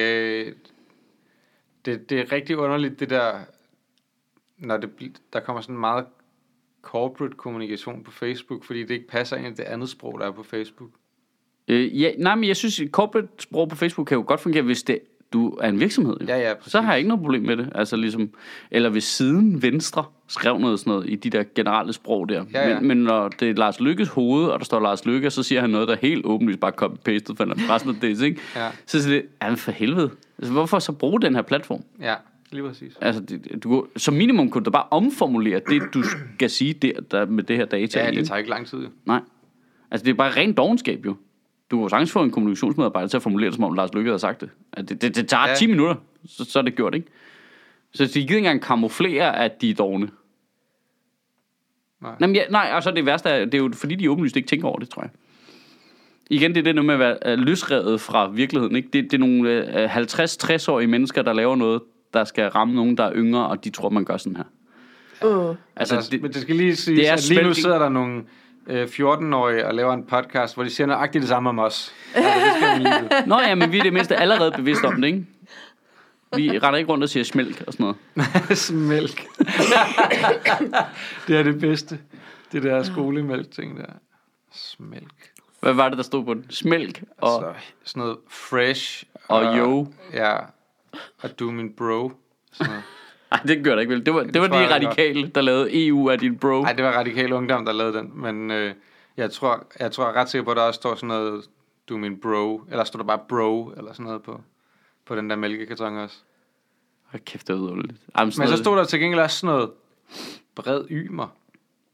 det, det er rigtig underligt, det der, når det, der kommer sådan meget corporate kommunikation på Facebook, fordi det ikke passer ind i det andet sprog, der er på Facebook. Øh, ja, nej, men jeg synes, at corporate sprog på Facebook kan jo godt fungere, hvis det, du er en virksomhed. Jo. Ja, ja, så har jeg ikke noget problem med det. Altså ligesom, eller hvis siden Venstre skrev noget sådan noget i de der generelle sprog der. Ja, ja. Men, men når det er Lars Løkkes hoved, og der står Lars Løkke, så siger han noget, der er helt åbenlyst bare copy-pastet fra resten af det, ikke? Ja. Så siger det, ja, for helvede. Altså, hvorfor så bruge den her platform? Ja, lige præcis. Altså, det, du, som minimum kunne du bare omformulere det, du skal sige der, der med det her data. Ja, det tager ikke lang tid. Nej. Altså, det er bare rent dovenskab jo. Du kan jo sagtens få en kommunikationsmedarbejder til at formulere det, som om Lars Løkke havde sagt det. Det, det, det tager ja. ti minutter, så, så er det gjort, ikke? Så de gider ikke engang kamuflere, at de er dovne. Nej. Jamen, ja, nej, altså det værste er, det er jo fordi, de åbenlyst ikke tænker over det, tror jeg. Igen, det er det nu med at være løsrevet fra virkeligheden, ikke? Det, det er nogle uh, halvtreds-tres-årige mennesker, der laver noget, der skal ramme nogen, der er yngre, og de tror, man gør sådan her. Uh. Altså, altså det, men det skal lige sige, at lige nu sidder der nogle fjorten-årige og laver en podcast, hvor de siger nøjagtigt det samme om os. Altså, det skal man lige. Nå ja, men vi er det mindste allerede bevidste om det, ikke? Vi render ikke rundt og siger smælk og sådan noget. Smælk. Det er det bedste. Det der skolemælk-ting der. Smælk. Hvad var det, der stod på den? Smælk og... Altså, sådan noget fresh. Og, og jo. Ja. Og du min bro. Sådan noget. Ej, det gør det ikke vel. Det var, det, det var de radikale, der lavede E U af din bro. Nej, det var radikale ungdom, der lavede den. Men øh, jeg tror, jeg tror jeg er ret sikker på, at der også står sådan noget, du min bro. Eller står der bare bro, eller sådan noget på, på den der mælkekarton også. Hold kæft, det er udårligt. Men så stod der til gengæld også sådan noget bred ymer.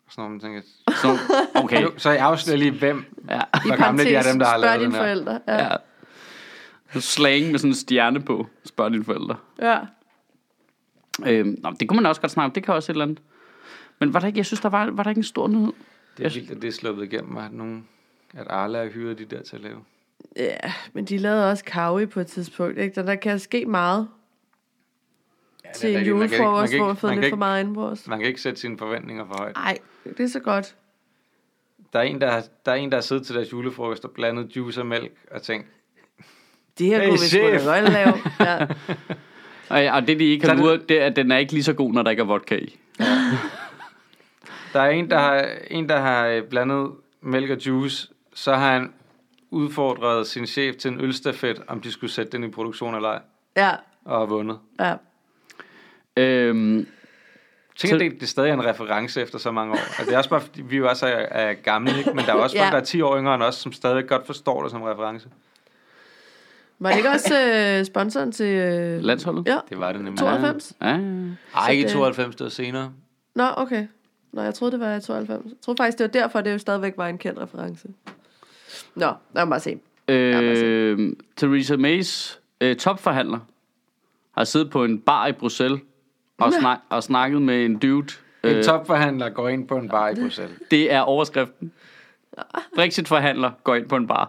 Sådan noget, man tænker, Så, okay. nu, så jeg afslører lige, hvem, Ja. hvor gamle de er, dem, der har lavet den her. forældre. Ja. Ja. Slang med sådan en stjerne på. Spørg dine forældre. Ja. Øhm, nå, det kunne man også godt snakke om. Det kan også et eller andet. Men var der ikke, jeg synes, der var, var der ikke en stor nyhed? Det er vildt, at det er sluppet igennem, at, nogen, at Arla har hyret de der til at lave. Ja, men de lavede også Kawi på et tidspunkt, ikke? Der, der kan ske meget Ja, til en julefrokost, hvor man har fået lidt ikke, for meget indbrugs. Man kan ikke sætte sine forventninger for højt. Nej, det er så godt. Der er en, der har, der er en, der har siddet til deres julefrokost og blandet juice og mælk og tænkt, Det her Hey, kunne vi sgu da chef. godt lave. Ja. Og, og det, de ikke Så har er det- luret, det er, at den er ikke lige så god, når der ikke er vodka i. der er en, der har, en, der har øh, blandet mælk og juice, så har han udfordret sin chef til en ølstafet, om de skulle sætte den i produktion eller ej, Ja, og har vundet. ja. Øhm, Jeg tænker, det, det er stadig en reference efter så mange år. Altså, det er også bare, fordi vi jo også er, er gamle, ikke? Men der er også Ja. folk, der er ti år yngre end os, som stadig godt forstår det som reference. Var det ikke også øh, sponsoren til... Øh... landsholdet? Ja, Det var det nemlig. tooghalvfems? Ja, ja. Ej, ikke i det- tooghalvfems, det var senere. Nå, okay. Nå, jeg troede, det var i tooghalvfems. Jeg troede faktisk, det var derfor, det jo stadigvæk var en kendt reference. Nå, lad mig bare se. Øh, Theresa Mays øh, topforhandler har siddet på en bar i Bruxelles og, snak, og snakket med en dude. En Øh, topforhandler går ind på en bar i Bruxelles. det er overskriften. Brexit-forhandler går ind på en bar.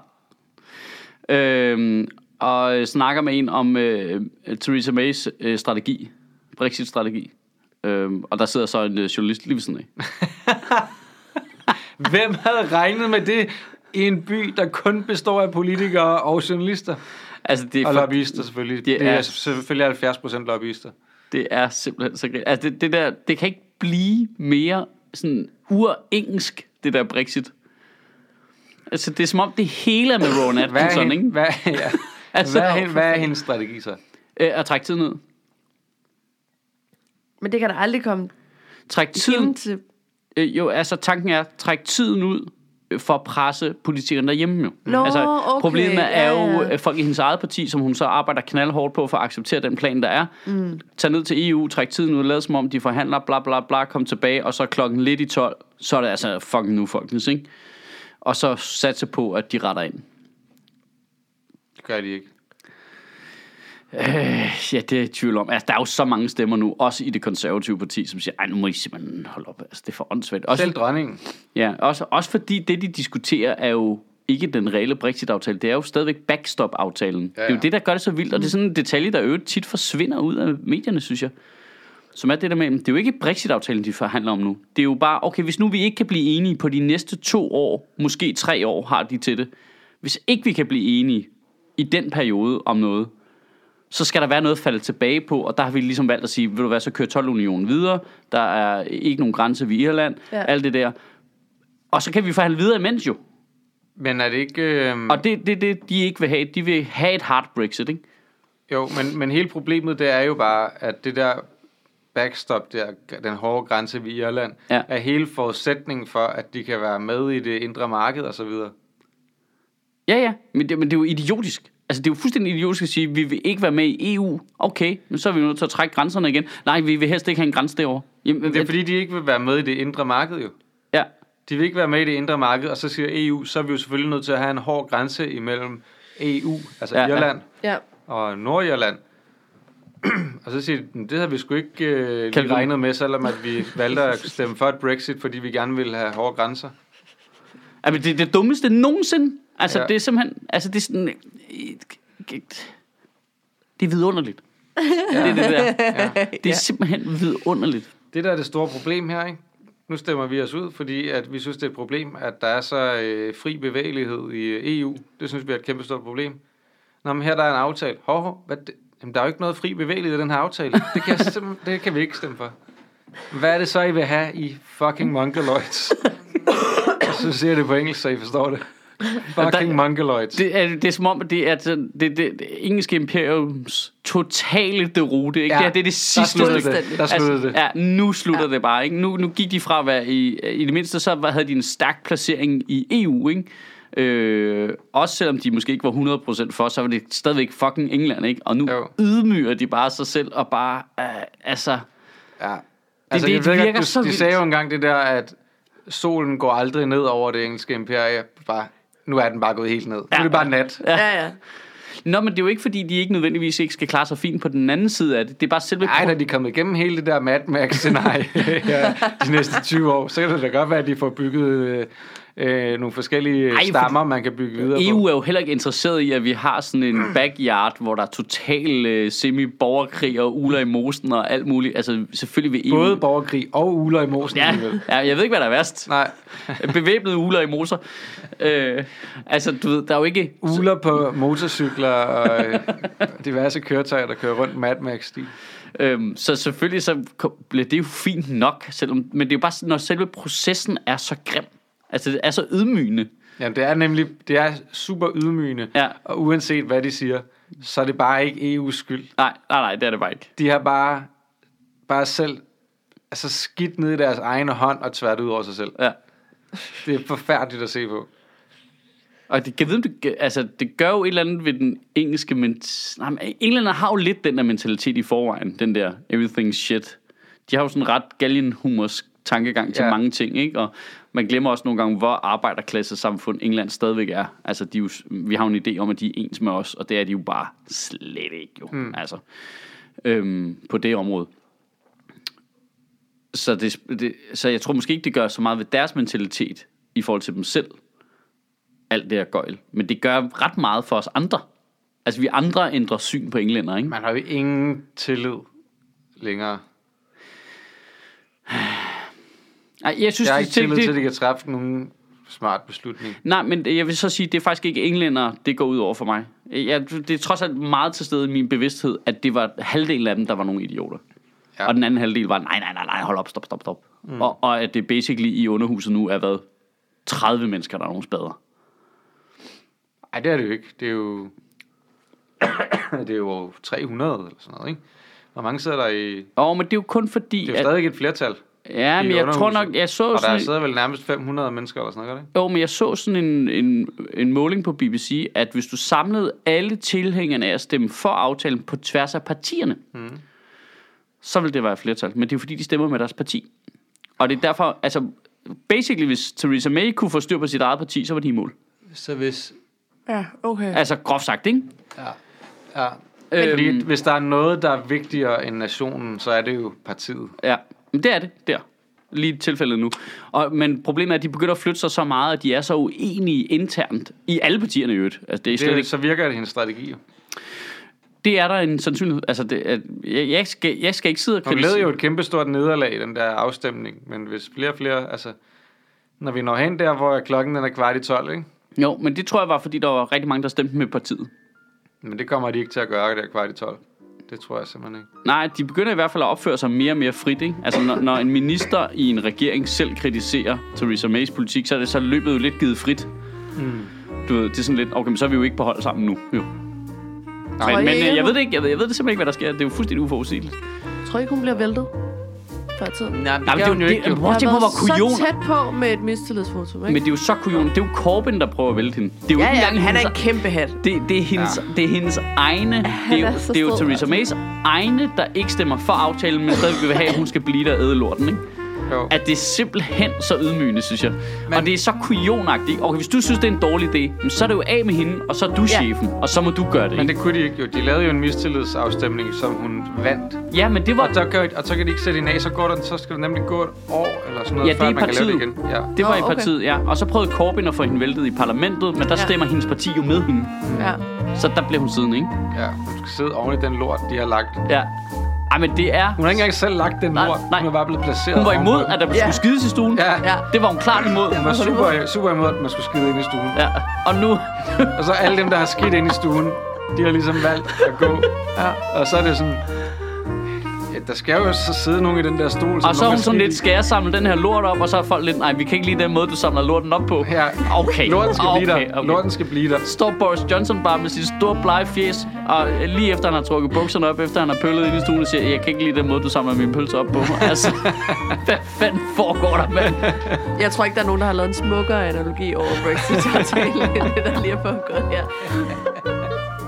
Øh, og snakker med en om øh, Theresa Mays øh, strategi. Brexit-strategi. Øh, og der sidder så en øh, journalist lige ved siden af. Hvem havde regnet med det i en by, der kun består af politikere og journalister? Altså, det er Og for- lobbyister selvfølgelig. Det Det er, er- det er selvfølgelig halvfjerds procent lobbyister. Det er simpelthen så grin. Altså det, det der, det kan ikke blive mere sådan urengelsk, det der Brexit. Altså det er som om det hele er med Rowan Hvad er, Atkinson, ikke? hende, hvad, ja. Altså, hvad, er, hende, hvad er hendes strategi så? Øh, at trække tiden ud. Men det kan der aldrig komme Træk tiden tiden. til. Øh, jo, altså tanken er, træk tiden ud øh, for at presse politikerne derhjemme jo. Nå, altså, okay, problemet er ja, jo ja. øh, folk i hendes eget parti, som hun så arbejder knaldhårdt på for at acceptere den plan, der er. Mm. Tag ned til E U, træk tiden ud, lad som om de forhandler, bla bla bla, kom tilbage, og så klokken lidt i tolv, så er det altså fucking nu, folkens, ikke? Og så satse på, at de retter ind. Det gør de ikke. Øh, ja, det er jeg i tvivl om. Altså, der er jo så mange stemmer nu, også i det konservative parti, som siger, ej, nu må I simpelthen holde op. Altså, det er for åndssvagt. Også, Selv dronningen. ja, også, også fordi det, de diskuterer, er jo ikke den reelle Brexit-aftale. Det er jo stadigvæk backstop-aftalen. Ja, ja. Det er jo det, der gør det så vildt, og det er sådan en detalje, der øvrigt tit forsvinder ud af medierne, synes jeg. Som er det der med, det er jo ikke Brexit-aftalen, de forhandler om nu. Det er jo bare, okay, hvis nu vi ikke kan blive enige på de næste to år, måske tre år har de til det. Hvis ikke vi kan blive enige i den periode om noget, så skal der være noget at falde tilbage på, og der har vi ligesom valgt at sige, vil du være, så kører toldunionen videre, der er ikke nogen grænse ved Irland, ja. alt det der. Og så kan vi forhandle videre imens jo. Men er det ikke... Øh... Og det det, det, de ikke vil have. De vil have et hard Brexit, ikke? Jo, men, men hele problemet, det er jo bare, at det der backstop, der, den hårde grænse ved Irland, Ja. er hele forudsætningen for, at de kan være med i det indre marked og så videre. Ja, ja, men det, men det er jo idiotisk. Altså, det er jo fuldstændig idiotisk at sige, at vi vil ikke være med i E U. Okay, men så er vi nødt til at trække grænserne igen. Nej, vi vil helst ikke have en grænse derovre. Jamen, Det er fordi, de ikke vil være med i det indre marked jo. Ja, De vil ikke være med i det indre marked, og så siger E U, så er vi jo selvfølgelig nødt til at have en hård grænse imellem E U, altså Ja, ja, ja. Irland Ja. og Nordirland. Og så siger de, det havde vi sgu ikke øh, Kan lige du- regnet med, selvom at vi valgte at stemme for et Brexit, fordi vi gerne ville have hårde grænser. altså, det er det dummeste nogensinde. Altså, ja. Ja. det er simpelthen... Altså, det er sådan... Det er vidunderligt. Ja. Det er det der. Ja. Det er simpelthen vidunderligt. Det der er det store problem her, ikke? Nu stemmer vi os ud, fordi at vi synes, det er et problem, at der er så øh, fri bevægelighed i E U. Det synes vi er et kæmpe stort problem. Nå, men her der er en aftale. Hov, hov, hvad det? Jamen, der er jo ikke noget fri bevægelighed i den her aftale. Det kan, jeg simpelthen- det kan vi ikke stemme for. Hvad er det så, I vil have i fucking mongoloids? Og så siger jeg det på engelsk, så I forstår det. Fucking mongoloids. Det er, det er som om, at det er sådan- det, det, det engelske imperiums totale derute, ikke? Ja, Det, er, det er det Der sidste. sluttede Fuldstændig. det. Der sluttede det. Ja, nu slutter ja. Ja. det bare, ikke? Nu, nu gik de fra at være i... I det mindste så var- havde de en stærk placering i E U, ikke? Øh, også selvom de måske ikke var hundrede procent for, så var det stadigvæk fucking England, ikke? Og nu Jo. ydmyger de bare sig selv og bare... Øh, altså... Ja. Altså, det jeg ved virker godt, så de, de vildt. sagde jo engang det der, at solen går aldrig ned over det engelske imperie. Bare, nu er den bare gået helt ned. Nu ja. er det bare nat. Ja, ja. ja. Nå, men det er jo ikke, fordi de ikke nødvendigvis ikke skal klare sig fint på den anden side af det. Det er bare selve... Nej, når de er kommet igennem hele det der Mad Max-scenarie ja, de næste tyve år, så kan det da godt være, at de får bygget øh, øh, nogle forskellige Ej, stammer, man kan bygge videre E U på. er jo heller ikke interesseret i, at vi har sådan en backyard, hvor der er total øh, semi-borgerkrig og uler i mosen og alt muligt. Altså, selvfølgelig vil E U... Både borgerkrig og uler i mosen. Ja, ja, jeg ved ikke, hvad der er værst. Nej. Bevæbnede uler i moser. Øh, altså, du ved, der er jo ikke... Uler på motorcykler og øh, diverse køretøjer, der kører rundt Mad Max-stil. Øhm, så selvfølgelig så bliver det jo fint nok, selvom, men det er jo bare sådan, når selve processen er så grim. Altså, det er så ydmygende. Ja, det er nemlig det er super ydmygende, ja. Og uanset hvad de siger, så er det bare ikke E U's skyld. Nej, nej, nej, det er det bare ikke. De har bare, bare selv altså skidt ned i deres egne hånd og tvært ud over sig selv. Ja. Det er forfærdeligt at se på. Og det, kan vide, det, altså, det gør jo et eller andet ved den engelske mentalitet. Englænder har jo lidt den der mentalitet i forvejen, den der everything shit. De har jo sådan en ret galgenhumorsk tankegang til ja. mange ting, ikke? Og man glemmer også nogle gange, hvor arbejderklassesamfund England stadigvæk er. Altså, de jo, vi har jo en idé om, at de er ens med os, og det er de jo bare slet ikke, jo. Mm. Altså, øhm, på det område. Så, det, det, så jeg tror måske ikke, det gør så meget ved deres mentalitet i forhold til dem selv. Alt det her gøjl. Men det gør ret meget for os andre. Altså, vi andre ændrer syn på englænder, ikke? Man har jo ingen tillid længere. Ej, jeg synes, jeg har det, ikke tillid det, til, at de kan træffe nogen smart beslutning. Nej, men jeg vil så sige, det er faktisk ikke englænder, det går ud over for mig. Jeg, det er trods alt meget til stede i min bevidsthed, at det var halvdelen af dem, der var nogle idioter. Ja. Og den anden halvdel var, nej, nej, nej, nej, hold op, stop, stop, stop. Mm. Og, og at det basically i underhuset nu er været tredive mennesker, der er nogle spader. Nej, det er det jo ikke. Det er jo, det er jo tre hundrede eller sådan noget, ikke? Hvor mange sidder der i... Åh, oh, men det er jo kun fordi... Det er jo stadig ikke et flertal. Ja, men jeg tror nok, jeg så og sådan... der sidder vel nærmest fem hundrede mennesker eller sådan noget, ikke? Jo, men jeg så sådan en, en, en måling på B B C, at hvis du samlede alle tilhængerne af at stemme for aftalen på tværs af partierne, mm. så ville det være et flertal. Men det er jo fordi, de stemmer med deres parti. Og det er derfor, altså, basically, hvis Theresa May kunne få styr på sit eget parti, så var de i mål. Så hvis... Ja, okay. Altså, groft sagt, ikke? Ja, ja. Øhm, fordi hvis der er noget, der er vigtigere end nationen, så er det jo partiet. Ja, men det er det, der. Lige i tilfældet nu. Og, men problemet er, at de begynder at flytte sig så meget, at de er så uenige internt i alle partierne i øvrigt. Altså, det er slet det, ikke... Så virker det hendes strategi. Det er der en sandsynlighed. Altså, det, at jeg, jeg, skal, jeg skal ikke sidde og kritisere. Hun led jo et kæmpestort nederlag i den der afstemning, men hvis flere og flere, altså, når vi når hen der, hvor klokken den er kvart i tolv, ikke? Jo, men det tror jeg var, fordi der var rigtig mange, der stemte med partiet. Men det kommer de ikke til at gøre, der kvart i tolv. Det tror jeg simpelthen ikke. Nej, de begynder i hvert fald at opføre sig mere og mere frit, ikke? Altså, når, når en minister i en regering selv kritiserer Theresa Mays politik, så er det så løbet jo lidt givet frit. Mm. Du ved, det er sådan lidt, okay, men så er vi jo ikke på hold sammen nu, jo. Nej, men, men jeg ved det ikke, jeg ved, jeg ved det simpelthen ikke, hvad der sker. Det er jo fuldstændig uforudsigeligt. Jeg tror ikke, hun bliver væltet før tiden. Nej, men det, det, det, det, det, det, det var så tæt på med et mistillidsfoto, ikke? Men det er jo så kujon. Det er jo Corbyn, der prøver at vælte hende. Det er jo ja, ikke ja, engang han hendes, er en kæmpe hat. Det, det, er hendes, ja. det er hendes egne. Det er, er, det er jo Theresa Mays egne, der ikke stemmer for aftalen, men stadig vil have, at hun skal blive der æde lorten, ikke? Jo. At det er simpelthen så ydmygende, synes jeg. Men, og det er så kujonagtigt. Okay, hvis du synes, det er en dårlig idé, så er det jo af med hende, og så er du ja. chefen, og så må du gøre det. Men det kunne de ikke jo. De lavede jo en mistillidsafstemning, som hun vandt. Ja, men det var... Og, der kan, og så kan de ikke sætte hende af, så, går den, så skal det nemlig gå et år, eller sådan noget, ja, før det man kan lave det igen. Ja. Det var oh, i partiet, okay. ja. Og så prøvede Corbyn at få hende væltet i parlamentet, men der ja. stemmer hendes parti jo med hende. Ja. Så der blev hun siden, ikke? Ja, hun skal sidde oven i den lort, de har lagt. Ja. Ej, men det er... Hun har ikke engang selv lagt den nej, lort. Nej. Hun er bare blevet placeret. Hun var imod, at der skulle ja. skides i stuen. Ja. ja. Det var hun klart imod. Hun var super, super imod, at man skulle skide ind i stuen. Ja. Og nu... og så alle dem, der har skidt ind i stuen, de har ligesom valgt at gå. Ja. Og så er det sådan... Ja, der skal jo så sidde nogen i den der stol. Og så er hun sådan lidt, skal jeg samle den her lort op? Og så er folk lidt, nej, vi kan ikke lide den måde, du samler lorten op på. Ja. Okay. Lorten skal okay. blive der. Okay. Lorten skal blive der. Står Boris Johnson bare med sit store blege fjes, og lige efter han har trukket bukserne op, efter han har pøllet ind i stuen, og siger, jeg kan ikke lide den måde, du samler min pølse op på. Altså, hvad fanden foregår der, mand? Jeg tror ikke, der er nogen, der har lavet en smukkere analogi over Brexit-aftalen, end det, der lige er foregået her.